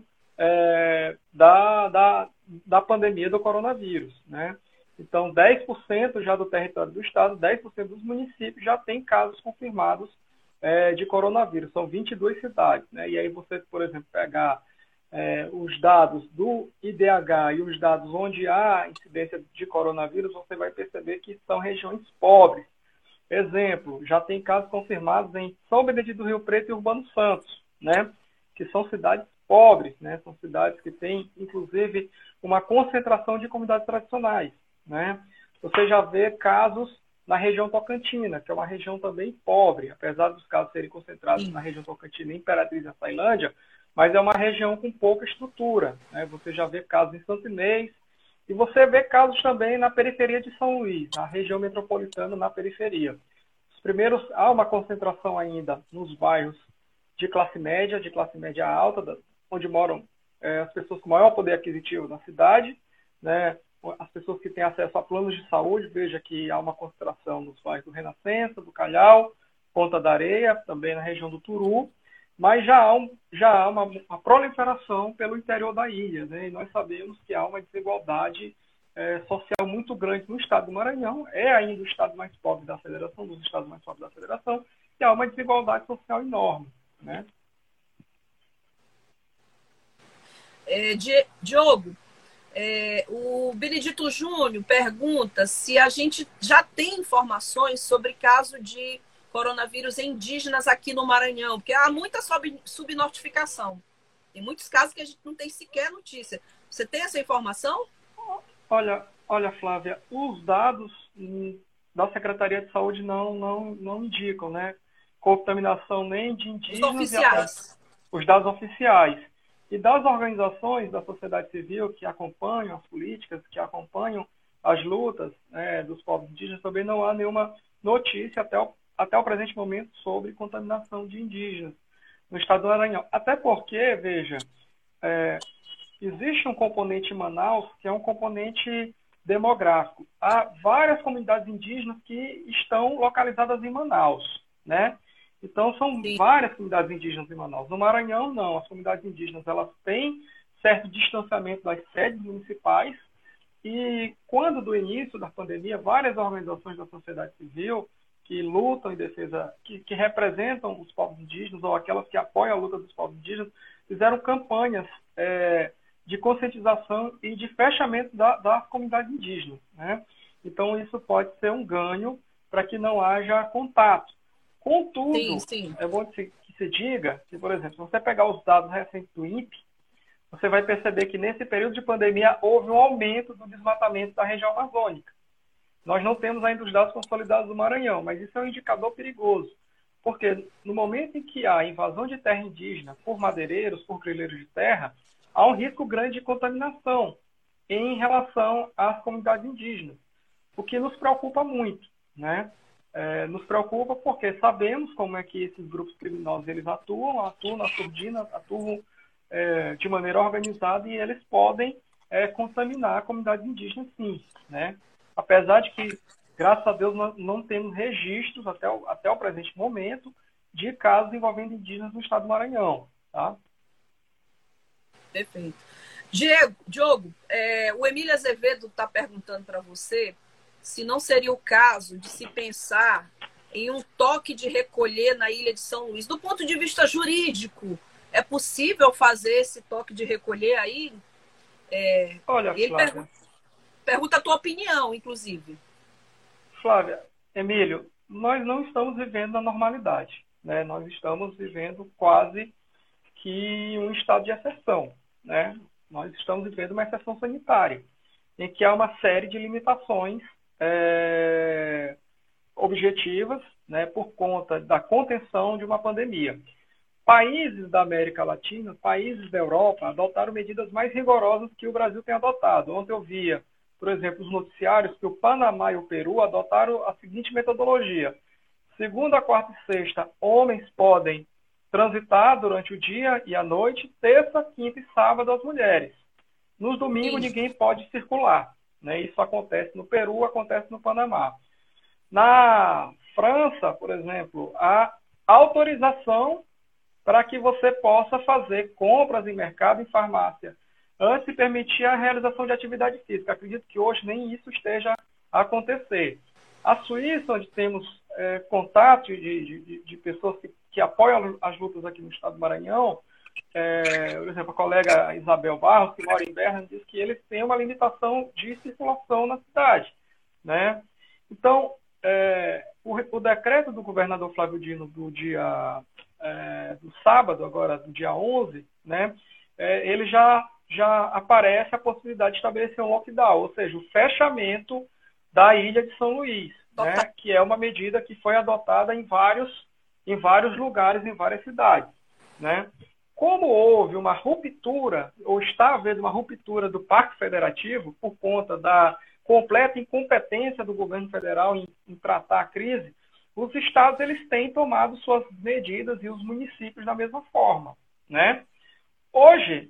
Speaker 13: da pandemia do coronavírus, né? Então, 10% já do território do estado, 10% dos municípios já tem casos confirmados de coronavírus. São 22 cidades, né? E aí você, por exemplo, pegar os dados do IDH e os dados onde há incidência de coronavírus, você vai perceber que são regiões pobres. Exemplo, já tem casos confirmados em São Benedito do Rio Preto e Urbano Santos, né? Que são cidades pobres, né? São cidades que têm, inclusive, uma concentração de comunidades tradicionais, né? Você já vê casos na região Tocantina, que é uma região também pobre, apesar dos casos serem concentrados na região Tocantina e Imperatriz e Tailândia, mas é uma região com pouca estrutura, né? Você já vê casos em Santo Inês, e você vê casos também na periferia de São Luís, na região metropolitana, na periferia. Há uma concentração ainda nos bairros de classe média alta, onde moram as pessoas com maior poder aquisitivo na cidade, né? As pessoas que têm acesso a planos de saúde. Veja que há uma concentração nos bairros do Renascença, do Calhau, Ponta da Areia, também na região do Turu, mas já há uma proliferação pelo interior da ilha, né? E nós sabemos que há uma desigualdade social muito grande no estado do Maranhão, é ainda o estado mais pobre da federação, dos estados mais pobres da federação, e há uma desigualdade social enorme, né?
Speaker 2: Diogo, o Benedito Júnior pergunta se a gente já tem informações sobre caso de coronavírus em indígenas aqui no Maranhão, porque há muita subnotificação. Tem muitos casos que a gente não tem sequer notícia. Você tem essa informação?
Speaker 13: Olha, Flávia, os dados da Secretaria de Saúde não indicam, né? Contaminação nem de indígenas.
Speaker 2: Os oficiais.
Speaker 13: Os dados oficiais. E das organizações da sociedade civil que acompanham as políticas, que acompanham as lutas, né, dos povos indígenas, também não há nenhuma notícia até o presente momento sobre contaminação de indígenas no estado do Maranhão. Até porque, veja, existe um componente em Manaus que é um componente demográfico. Há várias comunidades indígenas que estão localizadas em Manaus, né? Então, são várias comunidades indígenas em Manaus. No Maranhão, não. As comunidades indígenas, elas têm certo distanciamento das sedes municipais. E quando do início da pandemia, várias organizações da sociedade civil que lutam em defesa, que representam os povos indígenas, ou aquelas que apoiam a luta dos povos indígenas, fizeram campanhas de conscientização e de fechamento da comunidade indígena, né? Então, isso pode ser um ganho para que não haja contato. Contudo, é bom que se diga que, por exemplo, se você pegar os dados recentes do INPE, você vai perceber que nesse período de pandemia houve um aumento do desmatamento da região amazônica. Nós não temos ainda os dados consolidados do Maranhão, mas isso é um indicador perigoso, porque no momento em que há invasão de terra indígena por madeireiros, por grileiros de terra, há um risco grande de contaminação em relação às comunidades indígenas, o que nos preocupa muito, né? Nos preocupa porque sabemos como é que esses grupos criminosos eles atuam na surdina, atuam de maneira organizada, e eles podem contaminar a comunidade indígena, sim, né? Apesar de que, graças a Deus, nós não temos registros até o presente momento de casos envolvendo indígenas no estado do Maranhão, tá?
Speaker 2: Perfeito. Diogo, o Emílio Azevedo está perguntando para você se não seria o caso de se pensar em um toque de recolher na ilha de São Luís. Do ponto de vista jurídico, é possível fazer esse toque de recolher aí?
Speaker 13: Olha,
Speaker 2: ele
Speaker 13: Flávia,
Speaker 2: pergunta a tua opinião, inclusive.
Speaker 13: Flávia, Emílio, nós não estamos vivendo a normalidade, né? Nós estamos vivendo quase que um estado de exceção, né? Nós estamos vivendo uma exceção sanitária, em que há uma série de limitações objetivas, né, por conta da contenção de uma pandemia. Países da América Latina, países da Europa, adotaram medidas mais rigorosas que o Brasil tem adotado. Ontem eu via, por exemplo, os noticiários que o Panamá e o Peru adotaram a seguinte metodologia: segunda, quarta e sexta, homens podem transitar durante o dia e a noite, terça, quinta e sábado as mulheres. Nos domingos ninguém pode circular, né? Isso acontece no Peru, acontece no Panamá. Na França, por exemplo, há autorização para que você possa fazer compras em mercado, em farmácia, antes de permitir a realização de atividade física. Acredito que hoje nem isso esteja a acontecer. A Suíça, onde temos contato de pessoas que apoiam as lutas aqui no estado do Maranhão, por exemplo, a colega Isabel Barros, que mora em Berna, diz que eles têm uma limitação de circulação na cidade, né? Então, o decreto do governador Flávio Dino do sábado, agora do dia 11, né, ele já aparece a possibilidade de estabelecer um lockdown, ou seja, o fechamento da ilha de São Luís, né, que é uma medida que foi adotada em vários lugares, em várias cidades, né? Como houve uma ruptura, ou está havendo uma ruptura do Pacto Federativo por conta da completa incompetência do governo federal em tratar a crise, os estados eles têm tomado suas medidas e os municípios da mesma forma, né? Hoje,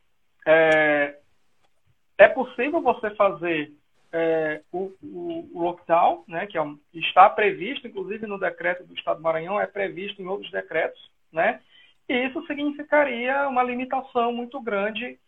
Speaker 13: é possível você fazer o lockdown, né, que está previsto, inclusive no decreto do Estado do Maranhão, é previsto em outros decretos, né? E isso significaria uma limitação muito grande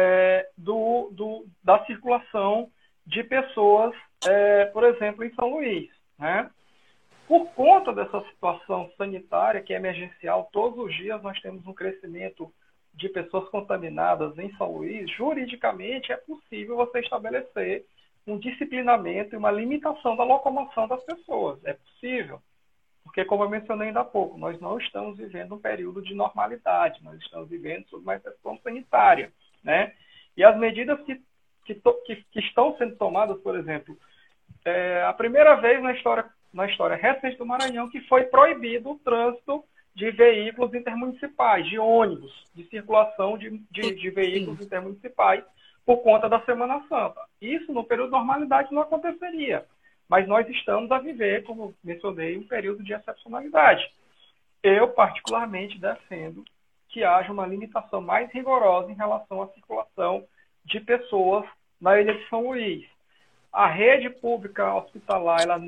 Speaker 13: da circulação de pessoas, por exemplo, em São Luís, né? Por conta dessa situação sanitária que é emergencial, todos os dias nós temos um crescimento de pessoas contaminadas em São Luís. Juridicamente é possível você estabelecer um disciplinamento e uma limitação da locomoção das pessoas. É possível. Porque, como eu mencionei ainda há pouco, nós não estamos vivendo um período de normalidade, nós estamos vivendo sob uma exceção sanitária, né? E as medidas que estão sendo tomadas, por exemplo, a primeira vez na história recente do Maranhão que foi proibido o trânsito de veículos intermunicipais, de ônibus, de circulação de veículos intermunicipais por conta da Semana Santa. Isso, no período de normalidade, não aconteceria. Mas nós estamos a viver, como mencionei, um período de excepcionalidade. Eu, particularmente, defendo que haja uma limitação mais rigorosa em relação à circulação de pessoas na ilha de São Luís. A rede pública hospitalar ela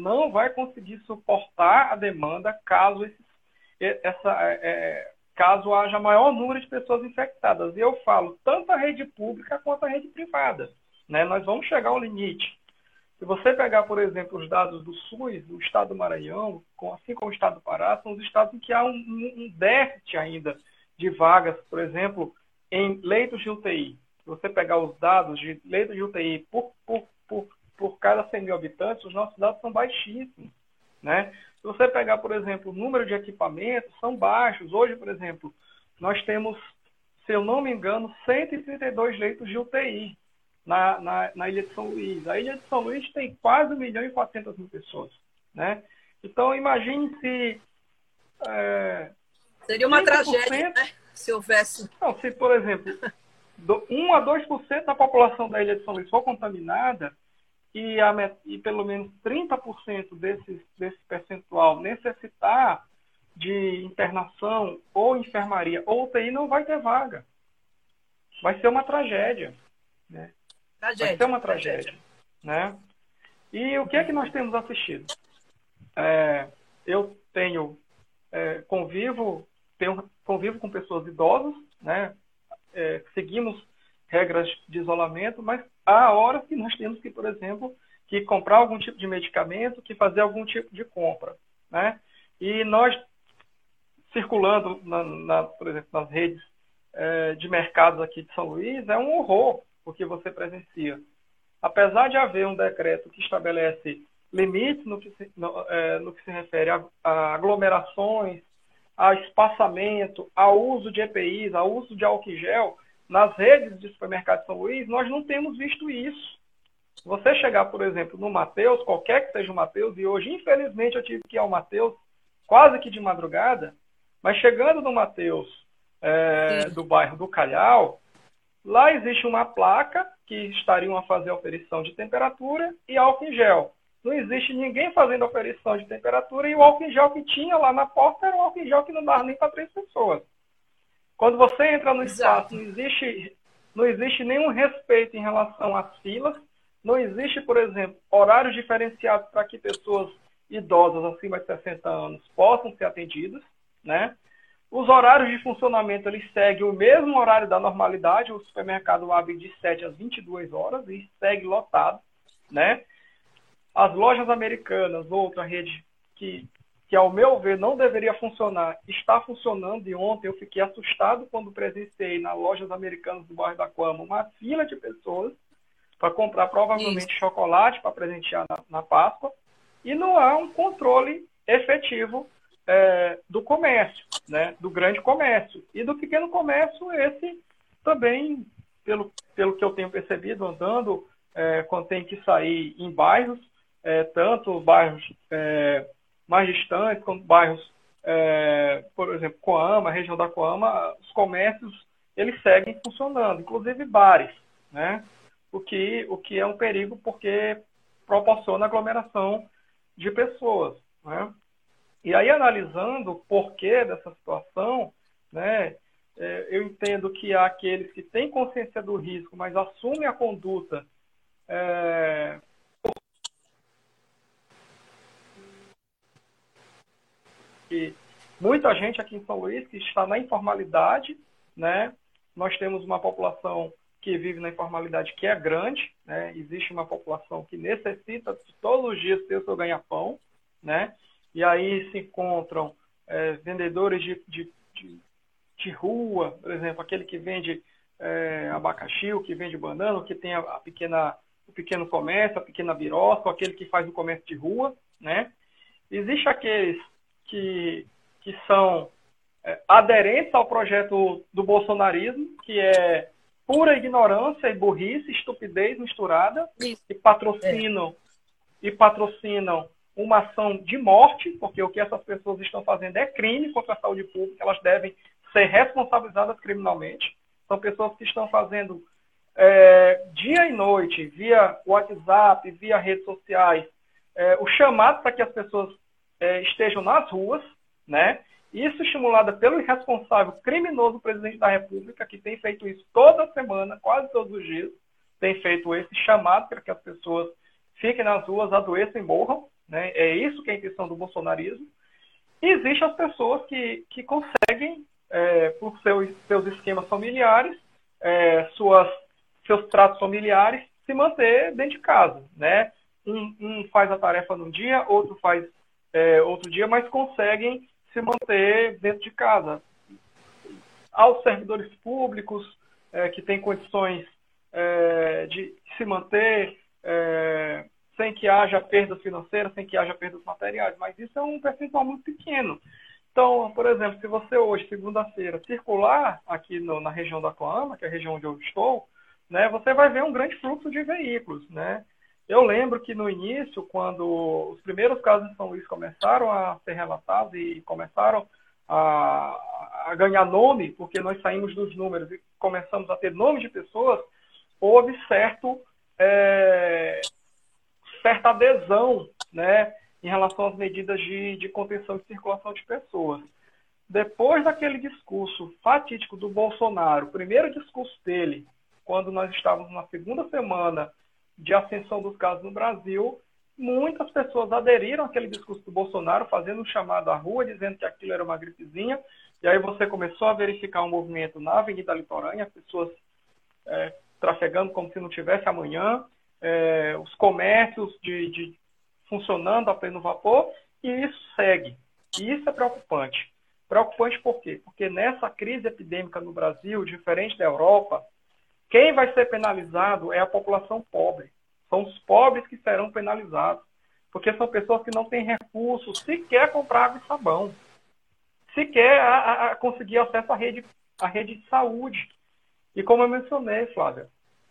Speaker 13: caso haja maior número de pessoas infectadas. E eu falo tanto a rede pública quanto a rede privada, né? Nós vamos chegar ao limite. Se você pegar, por exemplo, os dados do SUS, do estado do Maranhão, assim como o estado do Pará, são os estados em que há um déficit ainda de vagas, por exemplo, em leitos de UTI. Se você pegar os dados de leitos de UTI por cada 100 mil habitantes, os nossos dados são baixíssimos, né? Se você pegar, por exemplo, o número de equipamentos, são baixos. Hoje, por exemplo, nós temos, se eu não me engano, 132 leitos de UTI na Ilha de São Luís. A Ilha de São Luís tem quase 1.400.000 pessoas, né? Então, imagine se...
Speaker 2: seria uma tragédia, né? Se houvesse...
Speaker 13: Não, se, por exemplo, 1 a 2% da população da Ilha de São Luís for contaminada e pelo menos 30% desse percentual necessitar de internação ou enfermaria ou UTI, não vai ter vaga. Vai ser uma tragédia, né? Vai ser uma tragédia, né? E o que é que nós temos assistido? Eu convivo com pessoas idosas, né? Seguimos regras de isolamento, mas há horas que nós temos que, por exemplo, que comprar algum tipo de medicamento, que fazer algum tipo de compra, né? E nós, circulando, por exemplo, nas redes de mercados aqui de São Luís, é um horror o que você presencia. Apesar de haver um decreto que estabelece limites no que se refere a aglomerações, a espaçamento, ao uso de EPIs, ao uso de álcool em gel, nas redes de supermercado de São Luís, nós não temos visto isso. Você chegar, por exemplo, no Mateus, qualquer que seja o Mateus, e hoje, infelizmente, eu tive que ir ao Mateus quase que de madrugada, mas chegando no Mateus do bairro do Calhau, lá existe uma placa que estariam a fazer a aferição de temperatura e álcool em gel. Não existe ninguém fazendo aferição de temperatura e o álcool em gel que tinha lá na porta era um álcool em gel que não dava nem para 3 pessoas. Quando você entra no espaço, não existe nenhum respeito em relação às filas, não existe, por exemplo, horários diferenciados para que pessoas idosas acima de 60 anos possam ser atendidas, né? Os horários de funcionamento, eles seguem o mesmo horário da normalidade, o supermercado abre de 7 às 22 horas e segue lotado, né? As lojas americanas, outra rede que ao meu ver não deveria funcionar, está funcionando, e ontem eu fiquei assustado quando presenciei nas lojas americanas do bairro da Coama uma fila de pessoas para comprar provavelmente chocolate para presentear na Páscoa, e não há um controle efetivo do comércio, né, do grande comércio. E do pequeno comércio, esse também, pelo que eu tenho percebido andando, quando tem que sair em bairros, tanto bairros mais distantes, como bairros, por exemplo, Coama, região da Coama, os comércios eles seguem funcionando, inclusive bares, né? O que é um perigo porque proporciona aglomeração de pessoas, né? E aí, analisando o porquê dessa situação, né, eu entendo que há aqueles que têm consciência do risco, mas assumem a conduta que muita gente aqui em São Luís que está na informalidade, né? Nós temos uma população que vive na informalidade que é grande, né? Existe uma população que necessita de todos os dias ter o seu ganha-pão, né? E aí se encontram vendedores de rua, por exemplo, aquele que vende abacaxi, o que vende banana, o que tem o pequeno comércio, a pequena birosca, aquele que faz o comércio de rua, né? Existe aqueles que são aderentes ao projeto do bolsonarismo, que é pura ignorância e burrice, estupidez misturada, e patrocinam uma ação de morte, porque o que essas pessoas estão fazendo é crime contra a saúde pública, elas devem ser responsabilizadas criminalmente. São pessoas que estão fazendo dia e noite, via WhatsApp, via redes sociais, o chamado para que as pessoas estejam nas ruas, né? Isso estimulada pelo irresponsável criminoso presidente da República, que tem feito isso toda semana, quase todos os dias, tem feito esse chamado para que as pessoas fiquem nas ruas, adoeçam e morram, né? É isso que é a intenção do bolsonarismo. E existem as pessoas que conseguem por seus esquemas familiares, seus tratos familiares, se manter dentro de casa, né? Um faz a tarefa num dia, outro faz outro dia, mas conseguem se manter dentro de casa. Aos servidores públicos que têm condições de se manter sem que haja perdas financeiras, sem que haja perdas materiais, mas isso é um percentual muito pequeno. Então, por exemplo, se você hoje, segunda-feira, circular aqui na região da Coama, que é a região onde eu estou, né, você vai ver um grande fluxo de veículos, né? Eu lembro que no início, quando os primeiros casos em São Luís começaram a ser relatados e começaram a ganhar nome, porque nós saímos dos números e começamos a ter nome de pessoas, houve certa adesão, né, em relação às medidas de contenção de circulação de pessoas. Depois daquele discurso fatídico do Bolsonaro, o primeiro discurso dele, quando nós estávamos na segunda semana de ascensão dos casos no Brasil, muitas pessoas aderiram àquele discurso do Bolsonaro, fazendo um chamado à rua, dizendo que aquilo era uma gripezinha, e aí você começou a verificar um movimento na Avenida Litorânea, as pessoas trafegando como se não tivesse amanhã, os comércios funcionando a pleno vapor, e isso segue. E isso é preocupante. Preocupante por quê? Porque nessa crise epidêmica no Brasil, diferente da Europa, quem vai ser penalizado é a população pobre. São os pobres que serão penalizados. Porque são pessoas que não têm recursos sequer comprar água e sabão. Sequer a conseguir acesso à rede de saúde. E como eu mencionei, Flávia,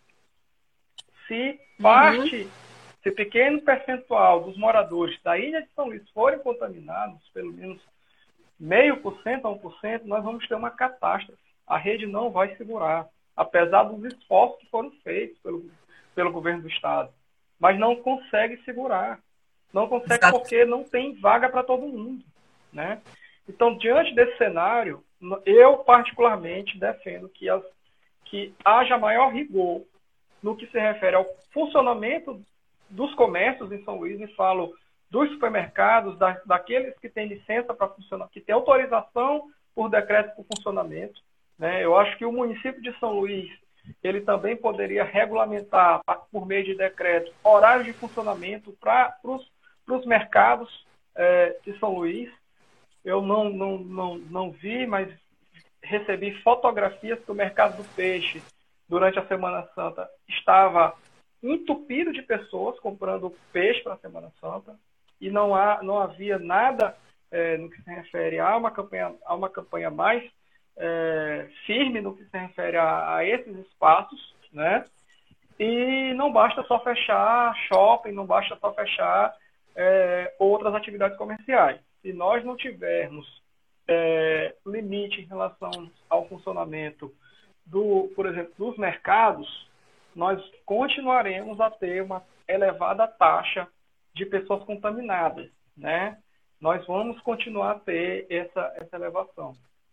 Speaker 13: se pequeno percentual dos moradores da ilha de São Luís forem contaminados, pelo menos 0,5% a 1%, nós vamos ter uma catástrofe. A rede não vai segurar, apesar dos esforços que foram feitos pelo governo do Estado. Mas não consegue segurar. Não consegue porque não tem vaga para todo mundo, né? Então, diante desse cenário, eu particularmente defendo que haja maior rigor no que se refere ao funcionamento dos comércios em São Luís, e falo dos supermercados, daqueles que têm licença para funcionar, que têm autorização por decreto para o funcionamento, né? Eu acho que o município de São Luís, ele também poderia regulamentar, por meio de decreto, horários de funcionamento para os mercados de São Luís. Eu não vi, mas recebi fotografias que o mercado do peixe, durante a Semana Santa, estava entupido de pessoas comprando peixe para a Semana Santa, e não havia nada no que se refere a uma campanha mais firme no que se refere a esses espaços, né? E não basta só fechar shopping, não basta só fechar outras atividades comerciais. Se nós não tivermos limite em relação ao funcionamento por exemplo, dos mercados, nós continuaremos a ter uma elevada taxa de pessoas contaminadas, né? Nós vamos continuar a ter essa elevação.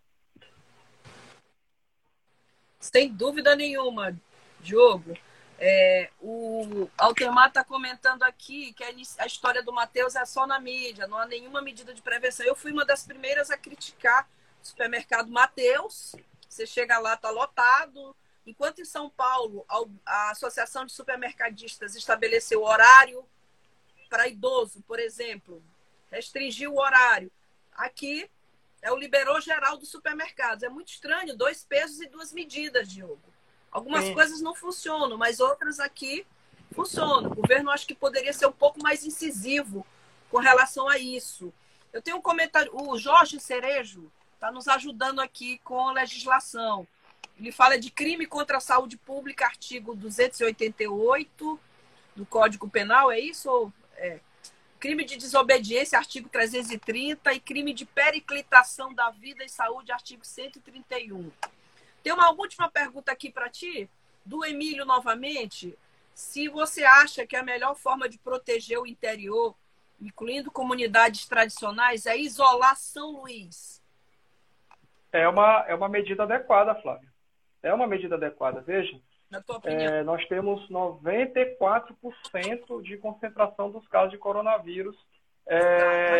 Speaker 2: Sem dúvida nenhuma, Diogo. O Altemar está comentando aqui que a história do Matheus é só na mídia, não há nenhuma medida de prevenção. Eu fui uma das primeiras a criticar o supermercado Matheus. Você chega lá, está lotado. Enquanto em São Paulo, a Associação de Supermercadistas estabeleceu horário para idoso, por exemplo, restringiu o horário. Aqui é o liberou geral dos supermercados. É muito estranho, 2 pesos e 2 medidas, Diogo. Algumas coisas não funcionam, mas outras aqui funcionam. O governo acho que poderia ser um pouco mais incisivo com relação a isso. Eu tenho um comentário, o Jorge Cerejo está nos ajudando aqui com a legislação. Ele fala de crime contra a saúde pública, artigo 288 do Código Penal, é isso? Crime de desobediência, artigo 330, e crime de periclitação da vida e saúde, artigo 131. Tem uma última pergunta aqui para ti, do Emílio novamente. Se você acha que a melhor forma de proteger o interior, incluindo comunidades tradicionais, é isolar São Luís?
Speaker 13: É uma medida adequada, Flávia. É uma medida adequada. Veja,
Speaker 2: na tua opinião,
Speaker 13: nós temos 94% de concentração dos casos de coronavírus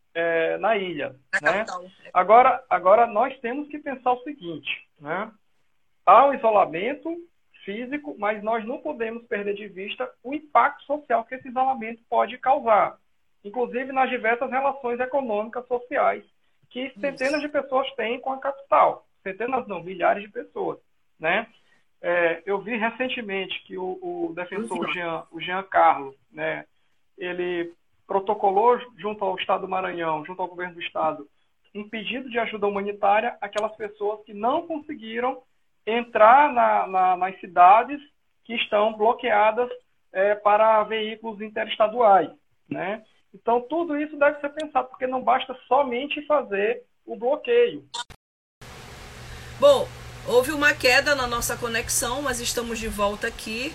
Speaker 13: na ilha.
Speaker 2: Na
Speaker 13: né?
Speaker 2: capital.
Speaker 13: Agora, nós temos que pensar o seguinte, né? Há um isolamento físico, mas nós não podemos perder de vista o impacto social que esse isolamento pode causar, inclusive nas diversas relações econômicas, sociais, que centenas de pessoas têm com a capital. Centenas não, milhares de pessoas. Né? Eu vi recentemente que o defensor o Jean Carlos, né, ele protocolou junto ao Estado do Maranhão, junto ao governo do Estado, um pedido de ajuda humanitária àquelas pessoas que não conseguiram entrar nas cidades que estão bloqueadas para veículos interestaduais. Né? Então, tudo isso deve ser pensado, porque não basta somente fazer o bloqueio.
Speaker 2: Bom, houve uma queda na nossa conexão, mas estamos de volta aqui,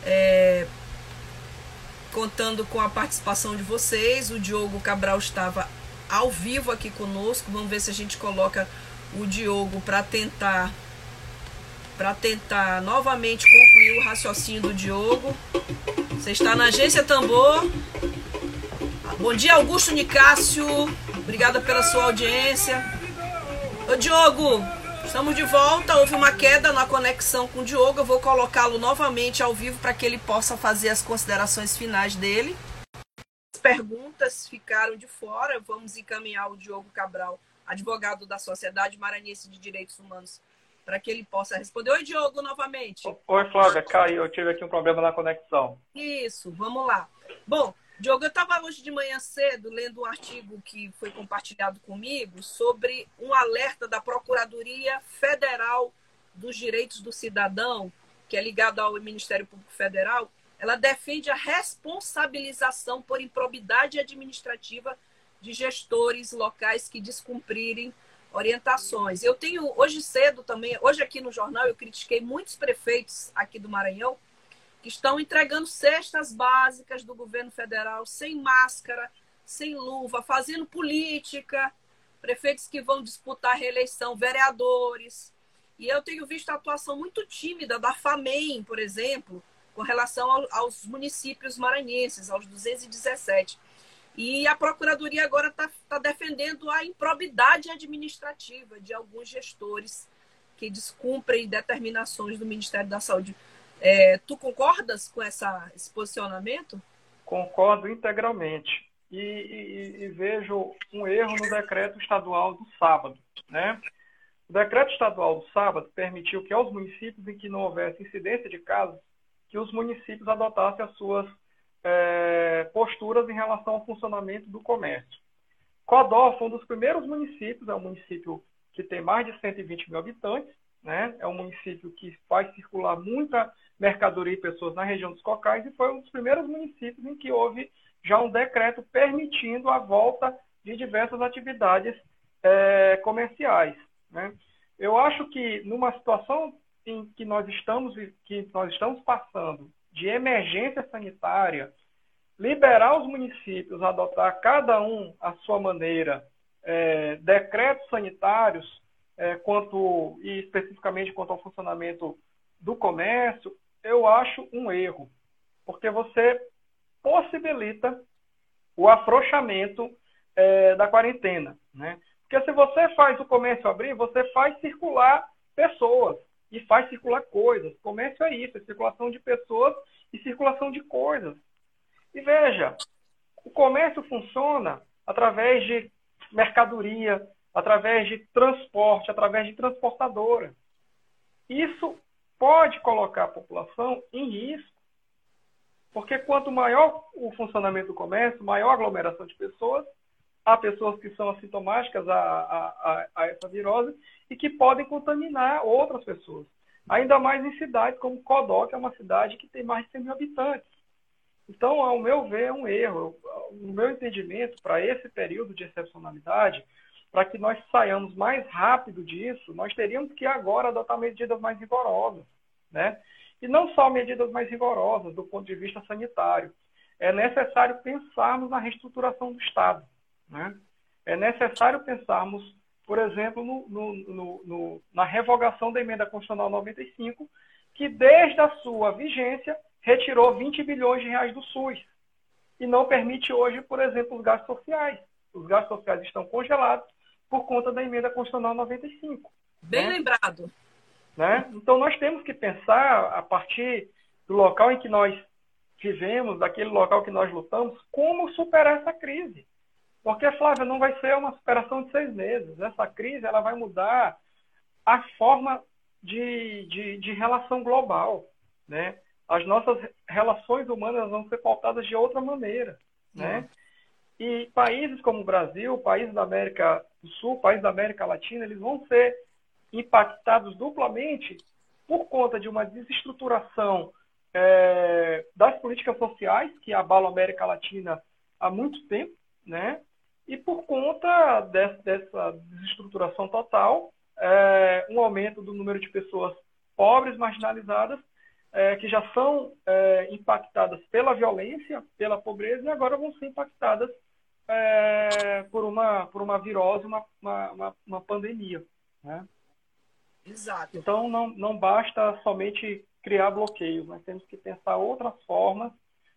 Speaker 2: contando com a participação de vocês. O Diogo Cabral estava ao vivo aqui conosco. Vamos ver se a gente coloca o Diogo para tentar novamente concluir o raciocínio do Diogo. Você está na Agência Tambor. Bom dia, Augusto Nicásio. Obrigada pela sua audiência. Ô Diogo, estamos de volta. Houve uma queda na conexão com o Diogo. Eu vou colocá-lo novamente ao vivo para que ele possa fazer as considerações finais dele. As perguntas ficaram de fora. Vamos encaminhar o Diogo Cabral, advogado da Sociedade Maranhense de Direitos Humanos, para que ele possa responder. Oi, Diogo, novamente.
Speaker 13: Oi, Flávia, caiu. Eu tive aqui um problema na conexão.
Speaker 2: Isso, vamos lá. Bom, Diogo, eu estava hoje de manhã cedo lendo um artigo que foi compartilhado comigo sobre um alerta da Procuradoria Federal dos Direitos do Cidadão, que é ligada ao Ministério Público Federal. Ela defende a responsabilização por improbidade administrativa de gestores locais que descumprirem orientações. Eu tenho, hoje cedo também, hoje aqui no jornal, eu critiquei muitos prefeitos aqui do Maranhão que estão entregando cestas básicas do governo federal sem máscara, sem luva, fazendo política, prefeitos que vão disputar a reeleição, vereadores. E eu tenho visto a atuação muito tímida da FAMEM, por exemplo, com relação aos municípios maranhenses, aos 217. E a Procuradoria agora está defendendo a improbidade administrativa de alguns gestores que descumprem determinações do Ministério da Saúde. Tu concordas com esse posicionamento?
Speaker 13: Concordo integralmente. E vejo um erro no decreto estadual do sábado. Né? O decreto estadual do sábado permitiu que aos municípios em que não houvesse incidência de casos, que os municípios adotassem as suas posturas em relação ao funcionamento do comércio. Codó foi um dos primeiros municípios, é um município que tem mais de 120 mil habitantes, né? É um município que faz circular muita mercadoria e pessoas na região dos Cocais e foi um dos primeiros municípios em que houve já um decreto permitindo a volta de diversas atividades comerciais. Né? Eu acho que numa situação em que nós estamos passando de emergência sanitária, liberar os municípios a adotar cada um à sua maneira decretos sanitários e especificamente quanto ao funcionamento do comércio, eu acho um erro, porque você possibilita o afrouxamento da quarentena, né? Porque se você faz o comércio abrir, você faz circular pessoas e faz circular coisas. Comércio é isso, é circulação de pessoas e circulação de coisas. E veja, o comércio funciona através de mercadoria, através de transporte, através de transportadora. Isso pode colocar a população em risco, porque quanto maior o funcionamento do comércio, maior a aglomeração de pessoas, há pessoas que são assintomáticas a essa virose e que podem contaminar outras pessoas. Ainda mais em cidades como Codó, que é uma cidade que tem mais de 100 mil habitantes. Então, ao meu ver, é um erro. No meu entendimento, para esse período de excepcionalidade, para que nós saiamos mais rápido disso, nós teríamos que agora adotar medidas mais rigorosas, né? E não só medidas mais rigorosas do ponto de vista sanitário. É necessário pensarmos na reestruturação do Estado, né? É necessário pensarmos, por exemplo, na revogação da Emenda Constitucional 95, que desde a sua vigência retirou 20 bilhões de reais do SUS e não permite hoje, por exemplo, os gastos sociais. os gastos sociais estão congelados por conta da emenda constitucional 95.
Speaker 2: Bem lembrado.
Speaker 13: Né? Então, nós temos que pensar, a partir do local em que nós vivemos, daquele local que nós lutamos, como superar essa crise. Porque, Flávia, não vai ser uma superação de 6 meses. Essa crise ela vai mudar a forma de relação global. Né? As nossas relações humanas vão ser pautadas de outra maneira. Né? E países como o Brasil, países da América do Sul, países da América Latina, eles vão ser impactados duplamente por conta de uma desestruturação das políticas sociais, que abalam a América Latina há muito tempo, né? E por conta dessa desestruturação total, um aumento do número de pessoas pobres, marginalizadas, que já são impactadas pela violência, pela pobreza, e agora vão ser impactadas por uma virose, uma pandemia. Né?
Speaker 2: Exato.
Speaker 13: Então, não basta somente criar bloqueios, nós temos que pensar outras formas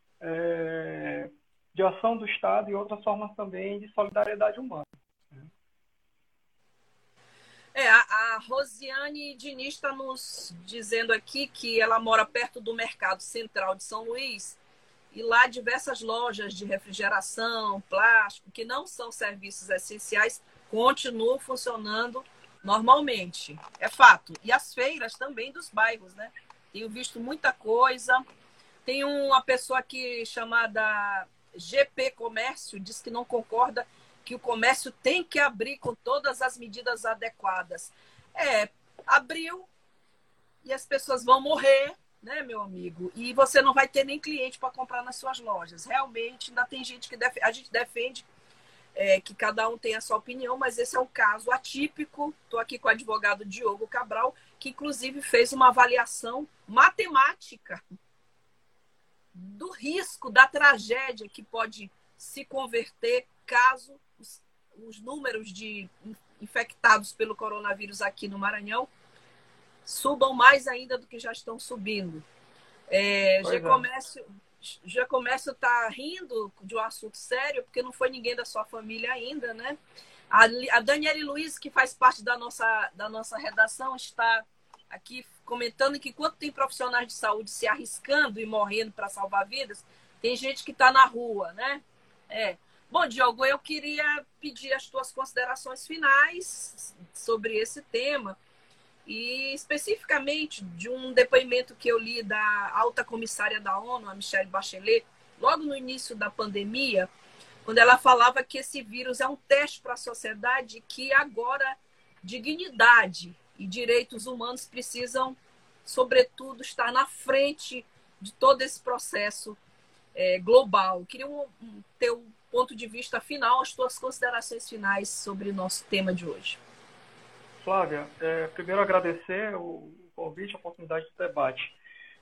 Speaker 13: de ação do Estado e outras formas também de solidariedade humana.
Speaker 2: A Rosiane Diniz está nos dizendo aqui que ela mora perto do Mercado Central de São Luís e lá diversas lojas de refrigeração, plástico, que não são serviços essenciais, continuam funcionando normalmente. É fato. E as feiras também dos bairros, né? Tenho visto muita coisa. Tem uma pessoa aqui chamada GP Comércio, diz que não concorda que o comércio tem que abrir com todas as medidas adequadas. Abriu e as pessoas vão morrer, né, meu amigo? E você não vai ter nem cliente para comprar nas suas lojas. Realmente, ainda tem gente que a gente defende que cada um tem a sua opinião, mas esse é um caso atípico. Estou aqui com o advogado Diogo Cabral, que inclusive fez uma avaliação matemática do risco, da tragédia que pode se converter caso os números de infectados pelo coronavírus aqui no Maranhão subam mais ainda do que já estão subindo. Já Comércio está rindo de um assunto sério, porque não foi ninguém da sua família ainda, né? A Daniele Luiz, que faz parte da nossa redação, está aqui comentando que enquanto tem profissionais de saúde se arriscando e morrendo para salvar vidas, tem gente que está na rua, né? Bom, Diogo, eu queria pedir as tuas considerações finais sobre esse tema e especificamente de um depoimento que eu li da alta comissária da ONU, a Michelle Bachelet, logo no início da pandemia, quando ela falava que esse vírus é um teste para a sociedade e que agora dignidade e direitos humanos precisam, sobretudo, estar na frente de todo esse processo global. Eu queria ter um ponto de vista final, as tuas considerações finais sobre o nosso tema de hoje.
Speaker 13: Flávia, primeiro agradecer o convite, a oportunidade de debate.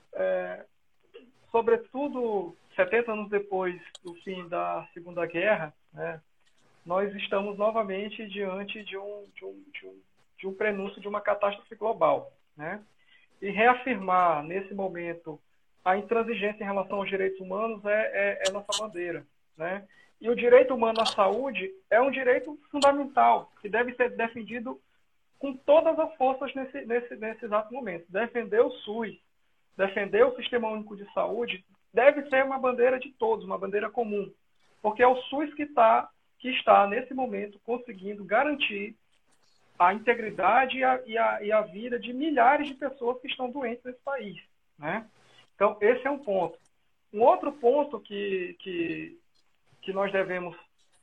Speaker 13: Sobretudo, 70 anos depois do fim da Segunda Guerra, né, nós estamos novamente diante de um prenúncio de uma catástrofe global. Né? E reafirmar, nesse momento, a intransigência em relação aos direitos humanos é nossa bandeira. Né? E o direito humano à saúde é um direito fundamental, que deve ser defendido com todas as forças nesse exato momento. Defender o SUS, defender o Sistema Único de Saúde, deve ser uma bandeira de todos, uma bandeira comum. Porque é o SUS que está nesse momento, conseguindo garantir a integridade e a vida de milhares de pessoas que estão doentes nesse país. Né? Então, esse é um ponto. Um outro ponto que nós devemos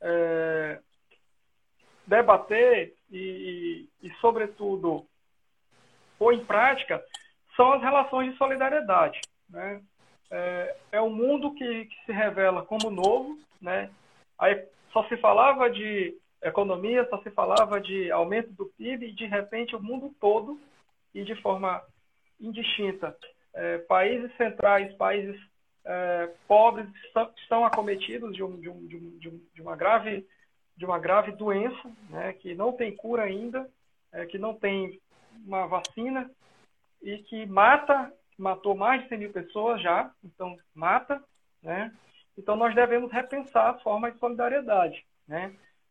Speaker 13: debater e, sobretudo, pôr em prática são as relações de solidariedade. Né? É um mundo que se revela como novo. Né? Aí só se falava de economia, só se falava de aumento do PIB e, de repente, o mundo todo, e de forma indistinta, países centrais, países pobres estão acometidos de uma grave doença, né, que não tem cura ainda, que não tem uma vacina e que matou mais de 100 mil pessoas já, então mata. Né? Então nós devemos repensar as formas de solidariedade. Né?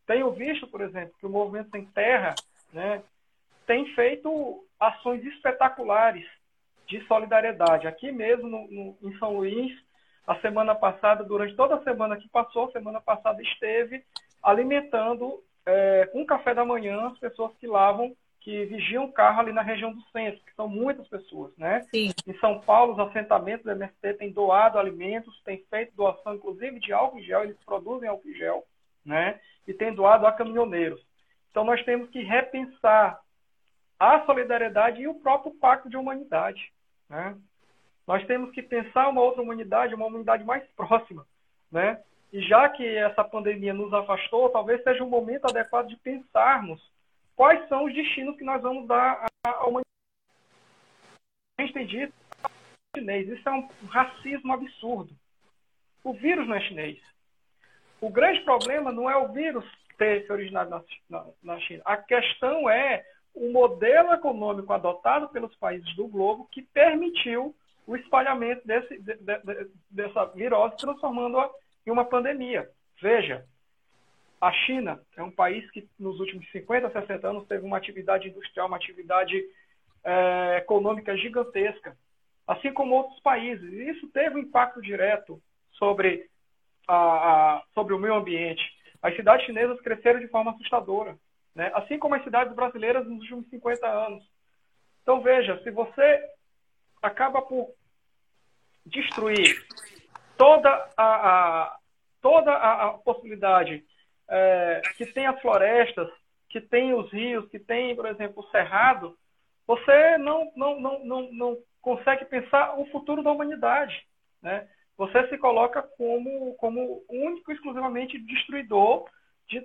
Speaker 13: tenho visto, por exemplo, que o Movimento Sem Terra, né, tem feito ações espetaculares de solidariedade. Aqui mesmo em São Luís, a semana passada, durante toda a semana que passou, semana passada esteve alimentando com café da manhã as pessoas que vigiam o carro ali na região do centro, que são muitas pessoas, né?
Speaker 2: Sim.
Speaker 13: Em São Paulo, os assentamentos do MST têm doado alimentos, têm feito doação, inclusive, de álcool em gel, eles produzem álcool em gel, né? E têm doado a caminhoneiros. Então, nós temos que repensar a solidariedade e o próprio pacto de humanidade, né? Nós temos que pensar uma outra humanidade, uma humanidade mais próxima, né? E já que essa pandemia nos afastou, talvez seja um momento adequado de pensarmos quais são os destinos que nós vamos dar à humanidade. A gente tem dito chinês, isso é um racismo absurdo. O vírus não é chinês. O grande problema não é o vírus ter se originado na China. A questão é o modelo econômico adotado pelos países do globo que permitiu o espalhamento dessa virose, transformando-a em uma pandemia. Veja, a China é um país que nos últimos 50, 60 anos teve uma atividade industrial, uma atividade econômica gigantesca, assim como outros países. E isso teve um impacto direto sobre o meio ambiente. As cidades chinesas cresceram de forma assustadora, né? Assim como as cidades brasileiras nos últimos 50 anos. Então, veja, se você acaba por destruir toda a possibilidade que tem as florestas, que tem os rios, que tem, por exemplo, o cerrado, você não consegue pensar o futuro da humanidade, né? Você se coloca como único, exclusivamente destruidor de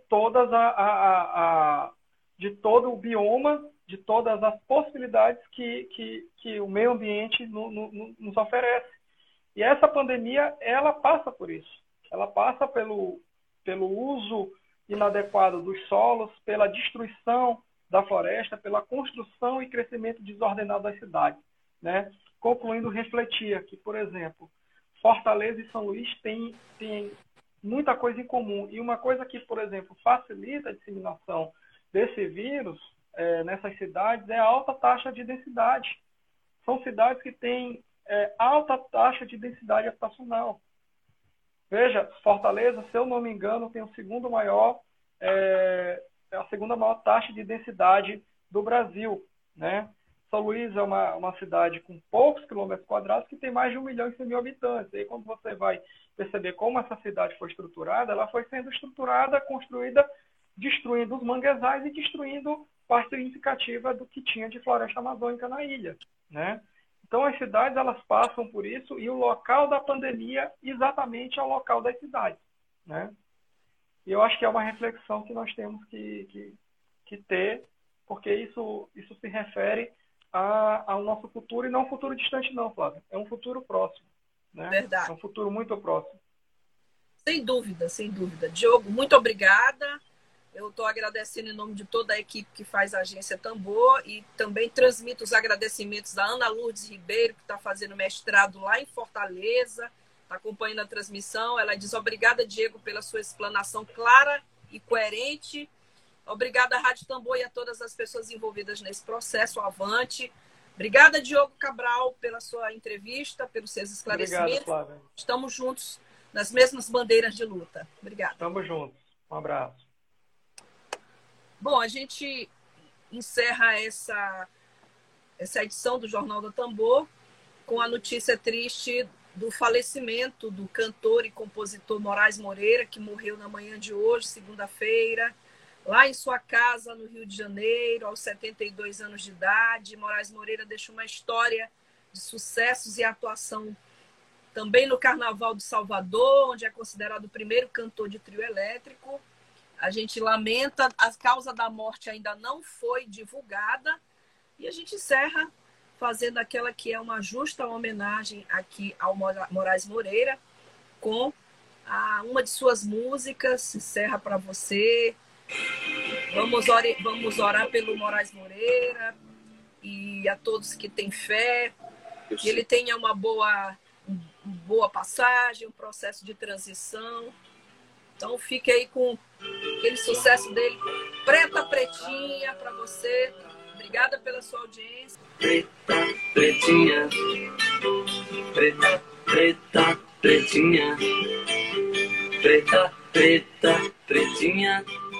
Speaker 13: de todo o bioma, de todas as possibilidades que o meio ambiente nos oferece. E essa pandemia, ela passa por isso. Ela passa pelo uso inadequado dos solos, pela destruição da floresta, pela construção e crescimento desordenado das cidades, né? Concluindo, refletir aqui, por exemplo, Fortaleza e São Luís têm muita coisa em comum. E uma coisa que, por exemplo, facilita a disseminação desse vírus nessas cidades é a alta taxa de densidade. São cidades que têm alta taxa de densidade habitacional. Veja, Fortaleza, se eu não me engano, tem a segunda maior taxa de densidade do Brasil, né? São Luís é uma cidade com poucos quilômetros quadrados que tem mais de 1.100.000 habitantes. E aí, quando você vai perceber como essa cidade foi estruturada, ela foi sendo estruturada, construída, destruindo os manguezais e destruindo parte significativa do que tinha de floresta amazônica na ilha, né? Então, as cidades, elas passam por isso, e o local da pandemia exatamente é o local das cidades, né? E eu acho que é uma reflexão que nós temos que ter, porque isso se refere ao nosso futuro, e não um futuro distante não, Flávia. É um futuro próximo, né?
Speaker 2: Verdade.
Speaker 13: É um futuro muito próximo.
Speaker 2: Sem dúvida, sem dúvida. Diogo, muito obrigada. Eu estou agradecendo em nome de toda a equipe que faz a Agência Tambor, e também transmito os agradecimentos da Ana Lourdes Ribeiro, que está fazendo mestrado lá em Fortaleza, está acompanhando a transmissão. Ela diz: obrigada, Diego, pela sua explanação clara e coerente. Obrigada, Rádio Tambor, e a todas as pessoas envolvidas nesse processo. Avante. Obrigada, Diogo Cabral, pela sua entrevista, pelos seus esclarecimentos.
Speaker 13: Obrigado, Flávia.
Speaker 2: Estamos juntos nas mesmas bandeiras de luta. Obrigada.
Speaker 13: Estamos juntos. Um abraço.
Speaker 2: Bom, a gente encerra essa edição do Jornal do Tambor com a notícia triste do falecimento do cantor e compositor Moraes Moreira, que morreu na manhã de hoje, segunda-feira, lá em sua casa no Rio de Janeiro, aos 72 anos de idade. Moraes Moreira deixou uma história de sucessos e atuação também no Carnaval de Salvador, onde é considerado o primeiro cantor de trio elétrico. A gente lamenta, a causa da morte ainda não foi divulgada, e a gente encerra fazendo aquela que é uma justa homenagem aqui ao Moraes Moreira, com uma de suas músicas, Encerra para Você. Vamos orar pelo Moraes Moreira e a todos que têm fé, que ele tenha uma boa passagem, um processo de transição. Então fique aí com aquele sucesso dele. Preta Pretinha pra você. Obrigada pela sua audiência.
Speaker 14: Preta Pretinha, preta, preta, pretinha, preta, preta, pretinha.